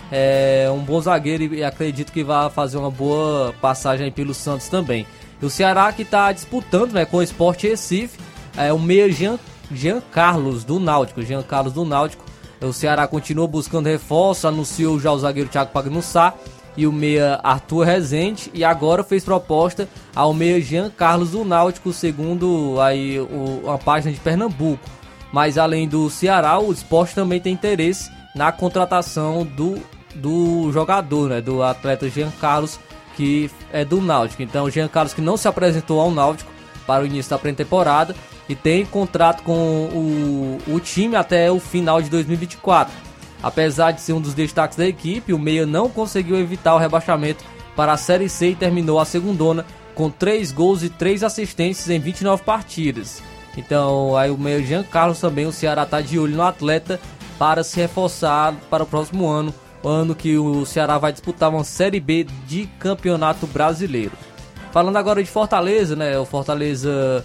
um bom zagueiro e acredito que vai fazer uma boa passagem aí pelo Santos também. E o Ceará que está disputando, né, com o Sport Recife, o meia Jean Carlos do Náutico. O Ceará continua buscando reforço, anunciou já o zagueiro Thiago Pagnussá e o meia Arthur Rezende, e agora fez proposta ao meia Jean Carlos do Náutico, segundo aí uma página de Pernambuco. Mas além do Ceará, o Sport também tem interesse na contratação do jogador, né, do atleta Jean Carlos, que é do Náutico. Então o Jean Carlos, que não se apresentou ao Náutico para o início da pré-temporada e tem contrato com o time até o final de 2024. Apesar de ser um dos destaques da equipe, o meia não conseguiu evitar o rebaixamento para a Série C e terminou a segundona com 3 gols e 3 assistências em 29 partidas. Então aí o meia Jean Carlos também, o Ceará está de olho no atleta para se reforçar para o próximo ano, ano que o Ceará vai disputar uma Série B de Campeonato Brasileiro. Falando agora de Fortaleza, né? O Fortaleza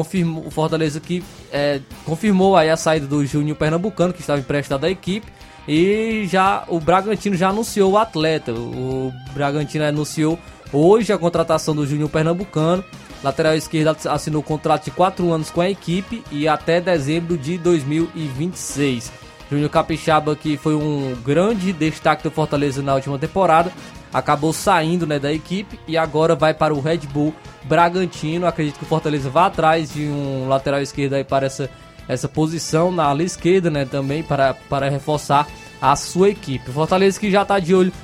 confirmou aí a saída do Juninho Pernambucano, que estava emprestado à equipe, e já o Bragantino já anunciou o atleta. O Bragantino anunciou hoje a contratação do Juninho Pernambucano. Lateral esquerdo assinou contrato de 4 anos com a equipe e até dezembro de 2026. Júnior Capixaba, que foi um grande destaque do Fortaleza na última temporada, acabou saindo, né, da equipe e agora vai para o Red Bull Bragantino. Acredito que o Fortaleza vá atrás de um lateral esquerdo aí para essa posição na ala esquerda, né, também para reforçar a sua equipe. O Fortaleza que já está de olho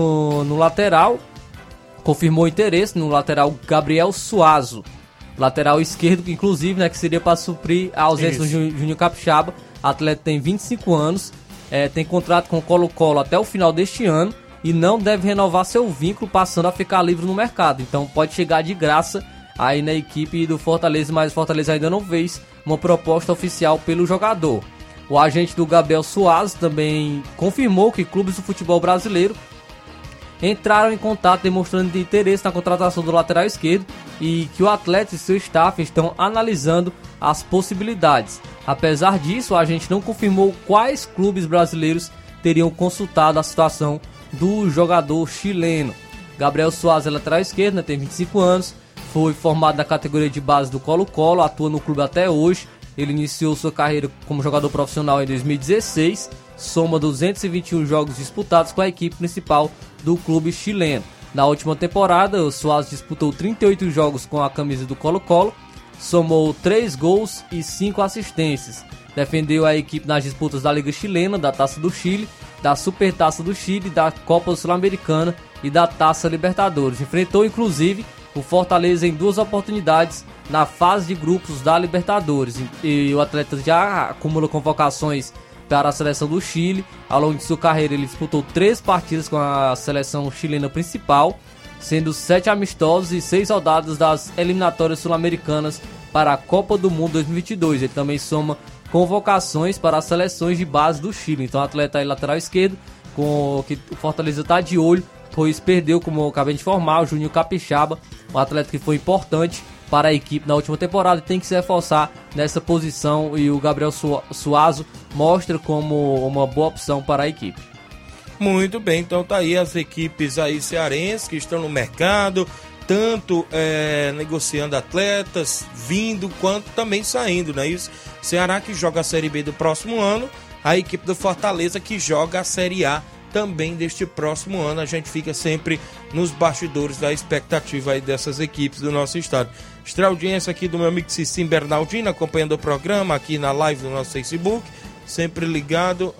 no lateral, confirmou interesse no lateral Gabriel Suazo, lateral esquerdo, inclusive, né, que seria para suprir a ausência do Júnior Capixaba. O atleta tem 25 anos, tem contrato com o Colo-Colo até o final deste ano e não deve renovar seu vínculo, passando a ficar livre no mercado. Então pode chegar de graça aí na equipe do Fortaleza, mas o Fortaleza ainda não fez uma proposta oficial pelo jogador. O agente do Gabriel Suazo também confirmou que clubes do futebol brasileiro entraram em contato demonstrando interesse na contratação do lateral esquerdo e que o atleta e seu staff estão analisando as possibilidades. Apesar disso, a gente não confirmou quais clubes brasileiros teriam consultado a situação do jogador chileno. Gabriel Suazo é lateral esquerdo, né, tem 25 anos, foi formado na categoria de base do Colo-Colo, atua no clube até hoje. Ele iniciou sua carreira como jogador profissional em 2016, soma 221 jogos disputados com a equipe principal do clube chileno. Na última temporada, o Suazo disputou 38 jogos com a camisa do Colo-Colo, somou 3 gols e 5 assistências. Defendeu a equipe nas disputas da Liga Chilena, da Taça do Chile, da Supertaça do Chile, da Copa Sul-Americana e da Taça Libertadores. Enfrentou inclusive o Fortaleza em 2 oportunidades na fase de grupos da Libertadores. E o atleta já acumula convocações para a seleção do Chile. Ao longo de sua carreira ele disputou 3 partidas com a seleção chilena principal, sendo 7 amistosos e 6 rodadas das eliminatórias sul-americanas para a Copa do Mundo 2022. Ele também soma convocações para as seleções de base do Chile. Então, atleta aí lateral esquerdo, com que o Fortaleza está de olho, pois perdeu, como eu acabei de informar, o Júnior Capixaba, um atleta que foi importante para a equipe na última temporada e tem que se reforçar nessa posição, e o Gabriel Suazo mostra como uma boa opção para a equipe. Muito bem, então tá aí as equipes aí cearenses que estão no mercado, tanto negociando atletas, vindo, quanto também saindo, não é isso? Ceará que joga a Série B do próximo ano, a equipe do Fortaleza que joga a Série A também deste próximo ano. A gente fica sempre nos bastidores da expectativa aí dessas equipes do nosso estado. Extra audiência aqui do meu amigo Cicim Bernardino, acompanhando o programa aqui na live do nosso Facebook, sempre ligado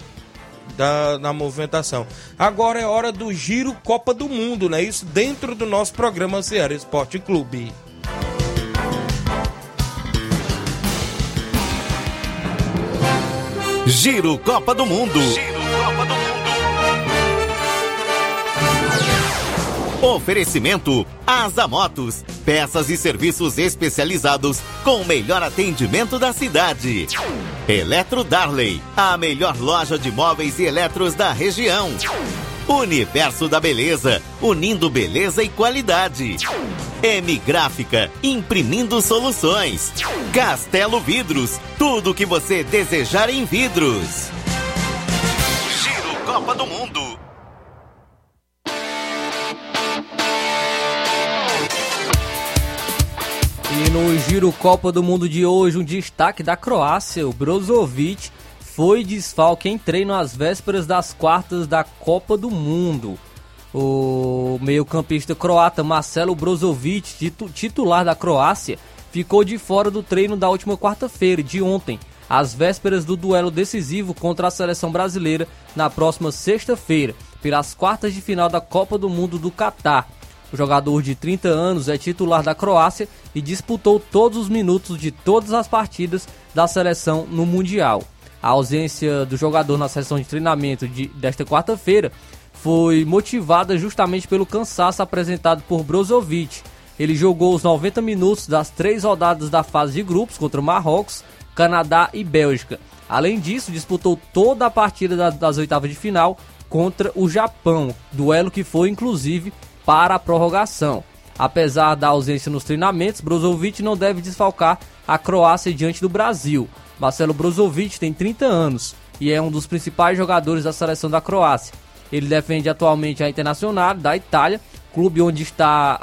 na movimentação. Agora é hora do Giro Copa do Mundo, não é isso? Dentro do nosso programa Ceará Esporte Clube. Giro Copa do Mundo. Oferecimento Asa Motos, peças e serviços especializados com o melhor atendimento da cidade. Eletro Darley, a melhor loja de móveis e eletros da região. Universo da Beleza, unindo beleza e qualidade. M Gráfica, imprimindo soluções. Castelo Vidros, tudo o que você desejar em vidros. Giro Copa do Mundo. no Giro Copa do Mundo de hoje, um destaque da Croácia, o Brozovic foi desfalque em treino às vésperas das quartas da Copa do Mundo. O meio-campista croata Marcelo Brozovic, titular da Croácia, ficou de fora do treino da última quarta-feira, de ontem, às vésperas do duelo decisivo contra a seleção brasileira na próxima sexta-feira, pelas quartas de final da Copa do Mundo do Catar. O jogador de 30 anos é titular da Croácia e disputou todos os minutos de todas as partidas da seleção no Mundial. A ausência do jogador na sessão de treinamento desta quarta-feira foi motivada justamente pelo cansaço apresentado por Brozovic. Ele jogou os 90 minutos das 3 rodadas da fase de grupos contra Marrocos, Canadá e Bélgica. Além disso, disputou toda a partida das oitavas de final contra o Japão, duelo que foi inclusive para a prorrogação. Apesar da ausência nos treinamentos, Brozovic não deve desfalcar a Croácia diante do Brasil. Marcelo Brozovic tem 30 anos e é um dos principais jogadores da seleção da Croácia. Ele defende atualmente a Internacional da Itália, clube onde está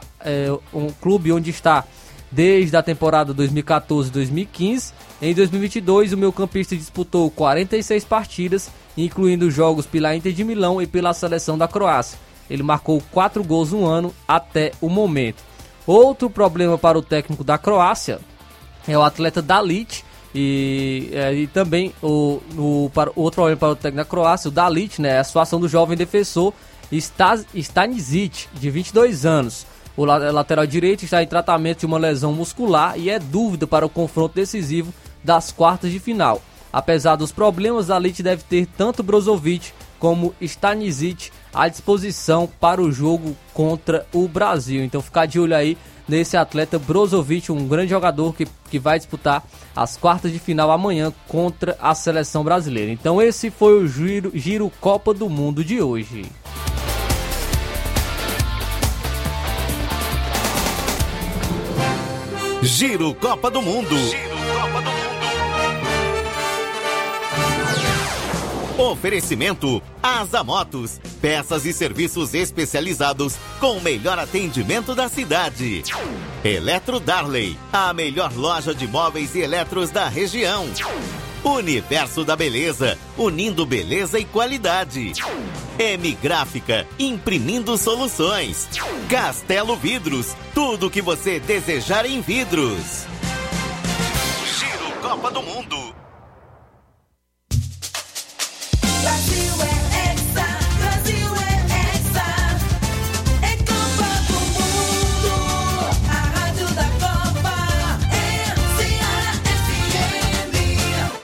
desde a temporada 2014-2015. Em 2022, o meio-campista disputou 46 partidas, incluindo jogos pela Inter de Milão e pela seleção da Croácia. Ele marcou 4 gols no ano até o momento. Outro problema para o técnico da Croácia é o atleta Dalic. E também outro problema para o técnico da Croácia, o Dalic, né, é a situação do jovem defensor Stanisic, de 22 anos. O lateral direito está em tratamento de uma lesão muscular e é dúvida para o confronto decisivo das quartas de final. Apesar dos problemas, Dalic deve ter tanto Brozovic como Stanisic à disposição para o jogo contra o Brasil. Então ficar de olho aí nesse atleta Brozovic, um grande jogador que vai disputar as quartas de final amanhã contra a seleção brasileira. Então esse foi o Giro Copa do Mundo de hoje. Giro Copa do Mundo. Oferecimento Asa Motos, peças e serviços especializados com o melhor atendimento da cidade. Eletro Darley, a melhor loja de móveis e eletros da região. Universo da Beleza, unindo beleza e qualidade. M Gráfica, imprimindo soluções. Castelo Vidros, tudo o que você desejar em vidros. Giro Copa do Mundo. Brasil é hexa, Brasil é hexa, é Copa do Mundo, a rádio da Copa é Ceará FM.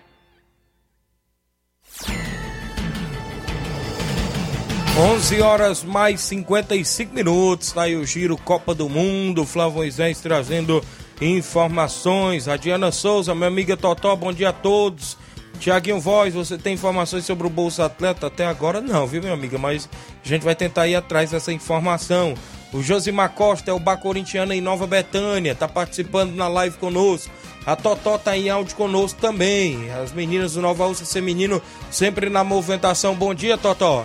11 horas mais 55 minutos, tá aí o Giro Copa do Mundo, Flávio Moisés trazendo informações, a Diana Souza, minha amiga Totó, bom dia a todos. Tiaguinho Voz, você tem informações sobre o Bolsa Atleta? Até agora não, viu, minha amiga? Mas a gente vai tentar ir atrás dessa informação. O Josimar Costa é o bar corintiano em Nova Betânia, tá participando na live conosco. A Totó tá em áudio conosco também. As meninas do Nova Russa Feminino sempre na movimentação. Bom dia, Totó.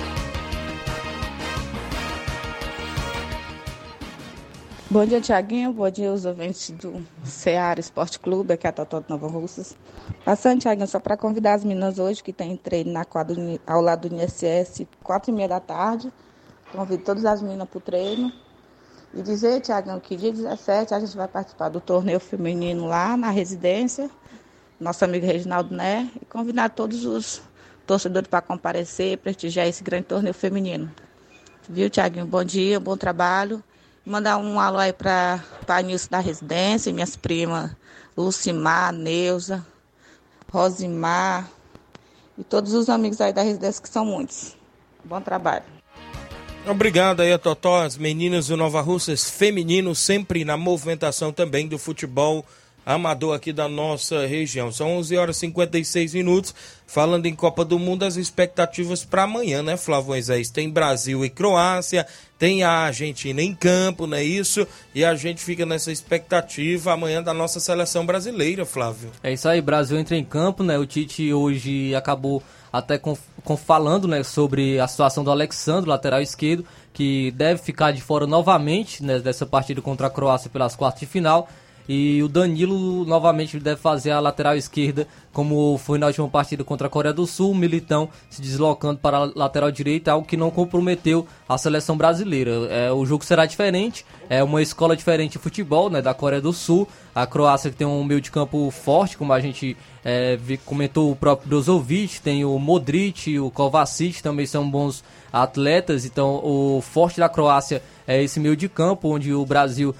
Bom dia, Tiaguinho. Bom dia, os ouvintes do Ceará Esporte Clube, aqui é a Totó de Nova Russas. Passando, Tiaguinho, só para convidar as meninas hoje, que tem treino na quadra ao lado do INSS, 4h30 da tarde. Convido todas as meninas para o treino. E dizer, Tiaguinho, que dia 17 a gente vai participar do torneio feminino lá na residência, nosso amigo Reginaldo Né, e convidar todos os torcedores para comparecer, prestigiar esse grande torneio feminino. Viu, Tiaguinho? Bom dia, bom trabalho. Mandar um alô aí para a Nilce da residência, minhas primas Lucimar, Neuza, Rosimar e todos os amigos aí da residência, que são muitos. Bom trabalho. Obrigado aí a Totó, as meninas do Nova Russas Feminino, sempre na movimentação também do futebol amador aqui da nossa região. São 11 horas e 56 minutos, falando em Copa do Mundo, as expectativas para amanhã, né, Flávio Moisés? Tem Brasil e Croácia, tem a Argentina em campo, não é isso? E a gente fica nessa expectativa amanhã da nossa seleção brasileira, Flávio. É isso aí, Brasil entra em campo, né? O Tite hoje acabou até falando, né, sobre a situação do Alexandre, lateral esquerdo, que deve ficar de fora novamente, né, dessa partida contra a Croácia pelas quartas de final. E o Danilo novamente deve fazer a lateral esquerda, como foi na última partida contra a Coreia do Sul. O Militão se deslocando para a lateral direita, algo que não comprometeu a seleção brasileira. O jogo será diferente, é uma escola diferente de futebol, né, da Coreia do Sul. A Croácia que tem um meio de campo forte, como a gente comentou, o próprio Brozovic, tem o Modric, o Kovacic, também são bons atletas. Então o forte da Croácia é esse meio de campo, onde o Brasil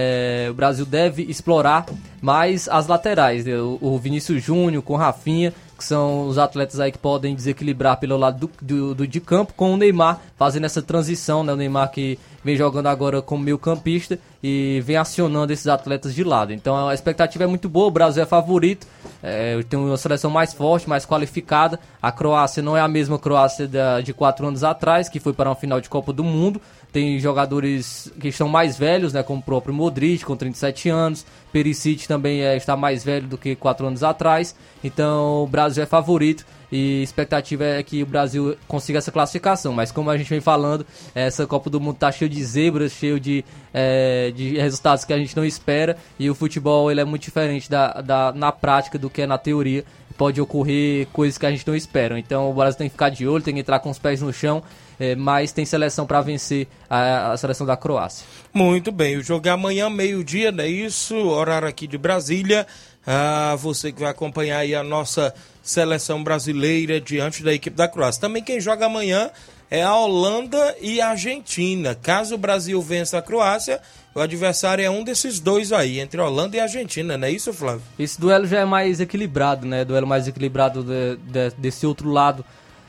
deve explorar mais as laterais, né? O Vinícius Júnior com o Rafinha, que são os atletas aí que podem desequilibrar pelo lado de campo, com o Neymar fazendo essa transição, né? O Neymar que vem jogando agora como meio campista e vem acionando esses atletas de lado. Então a expectativa é muito boa, o Brasil é favorito, tem uma seleção mais forte, mais qualificada. A Croácia não é a mesma Croácia de 4 anos atrás, que foi para uma final de Copa do Mundo. Tem jogadores que estão mais velhos, né, como o próprio Modric, com 37 anos. Perisic também está mais velho do que 4 anos atrás. Então o Brasil é favorito e a expectativa é que o Brasil consiga essa classificação. Mas como a gente vem falando, essa Copa do Mundo está cheia de zebras, cheio de resultados que a gente não espera. E o futebol ele é muito diferente na prática do que é na teoria. Pode ocorrer coisas que a gente não espera. Então o Brasil tem que ficar de olho, tem que entrar com os pés no chão. Mas tem seleção para vencer a seleção da Croácia. Muito bem, o jogo é amanhã, meio-dia, não é isso? Horário aqui de Brasília. Você que vai acompanhar aí a nossa seleção brasileira diante da equipe da Croácia. Também quem joga amanhã é a Holanda e a Argentina. Caso o Brasil vença a Croácia, o adversário é um desses dois aí, entre a Holanda e a Argentina, não é isso, Flávio? Esse duelo já é mais equilibrado, né? Duelo mais equilibrado desse outro lado.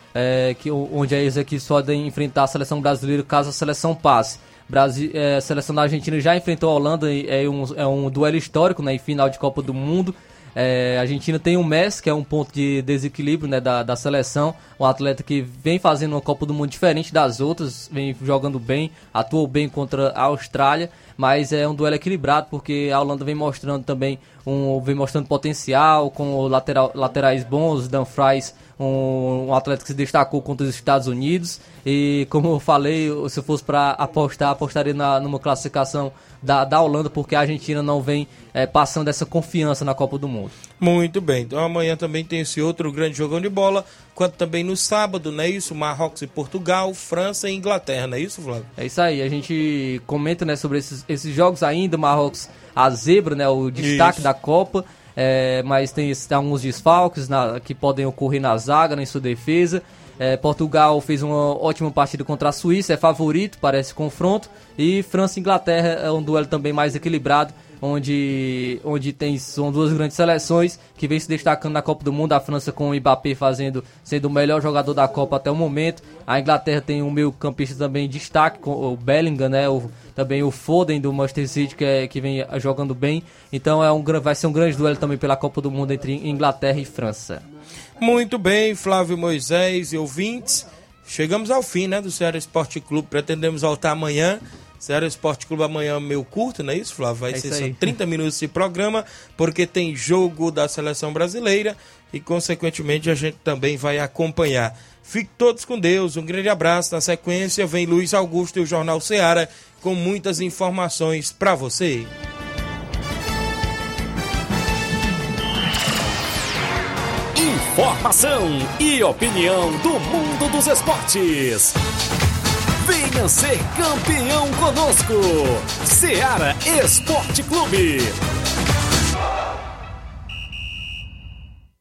Onde eles aqui só podem enfrentar a seleção brasileira caso a seleção passe. A seleção da Argentina já enfrentou a Holanda, é um duelo histórico, né, em final de Copa do Mundo. A Argentina tem o Messi, que é um ponto de desequilíbrio, né, da seleção, um atleta que vem fazendo uma Copa do Mundo diferente das outras, vem jogando bem, atuou bem contra a Austrália, mas é um duelo equilibrado porque a Holanda vem mostrando também potencial, com laterais bons, Dumfries, um atleta que se destacou contra os Estados Unidos. E como eu falei, se eu fosse para apostaria numa classificação da Holanda, porque a Argentina não vem passando essa confiança na Copa do Mundo. Muito bem, então amanhã também tem esse outro grande jogão de bola, quanto também no sábado, não é isso? Marrocos e Portugal, França e Inglaterra, não é isso, Flávio? É isso aí, a gente comenta, né, sobre esses jogos ainda. Marrocos, a zebra, né, o destaque da Copa. Mas tem alguns desfalques que podem ocorrer na zaga, em sua defesa. Portugal fez uma ótima partida contra a Suíça, é favorito para esse confronto. E França e Inglaterra é um duelo também mais equilibrado, onde são duas grandes seleções que vêm se destacando na Copa do Mundo. A França com o Mbappé sendo o melhor jogador da Copa até o momento. A Inglaterra tem um meio campista também de destaque, com o Bellingham, né? Também o Foden do Manchester City, que vem jogando bem. Então vai ser um grande duelo também pela Copa do Mundo entre Inglaterra e França. Muito bem, Flávio Moisés e ouvintes. Chegamos ao fim, né, do Ceará Esporte Clube. Pretendemos voltar amanhã. Ceará Esporte Clube amanhã meio curto, não é isso, Flávio? Vai ser só 30 minutos de programa, porque tem jogo da seleção brasileira e, consequentemente, a gente também vai acompanhar. Fiquem todos com Deus, um grande abraço. Na sequência, vem Luiz Augusto e o Jornal Ceará com muitas informações para você. Informação e opinião do mundo dos esportes. Venha ser campeão conosco, Ceará Esporte Clube.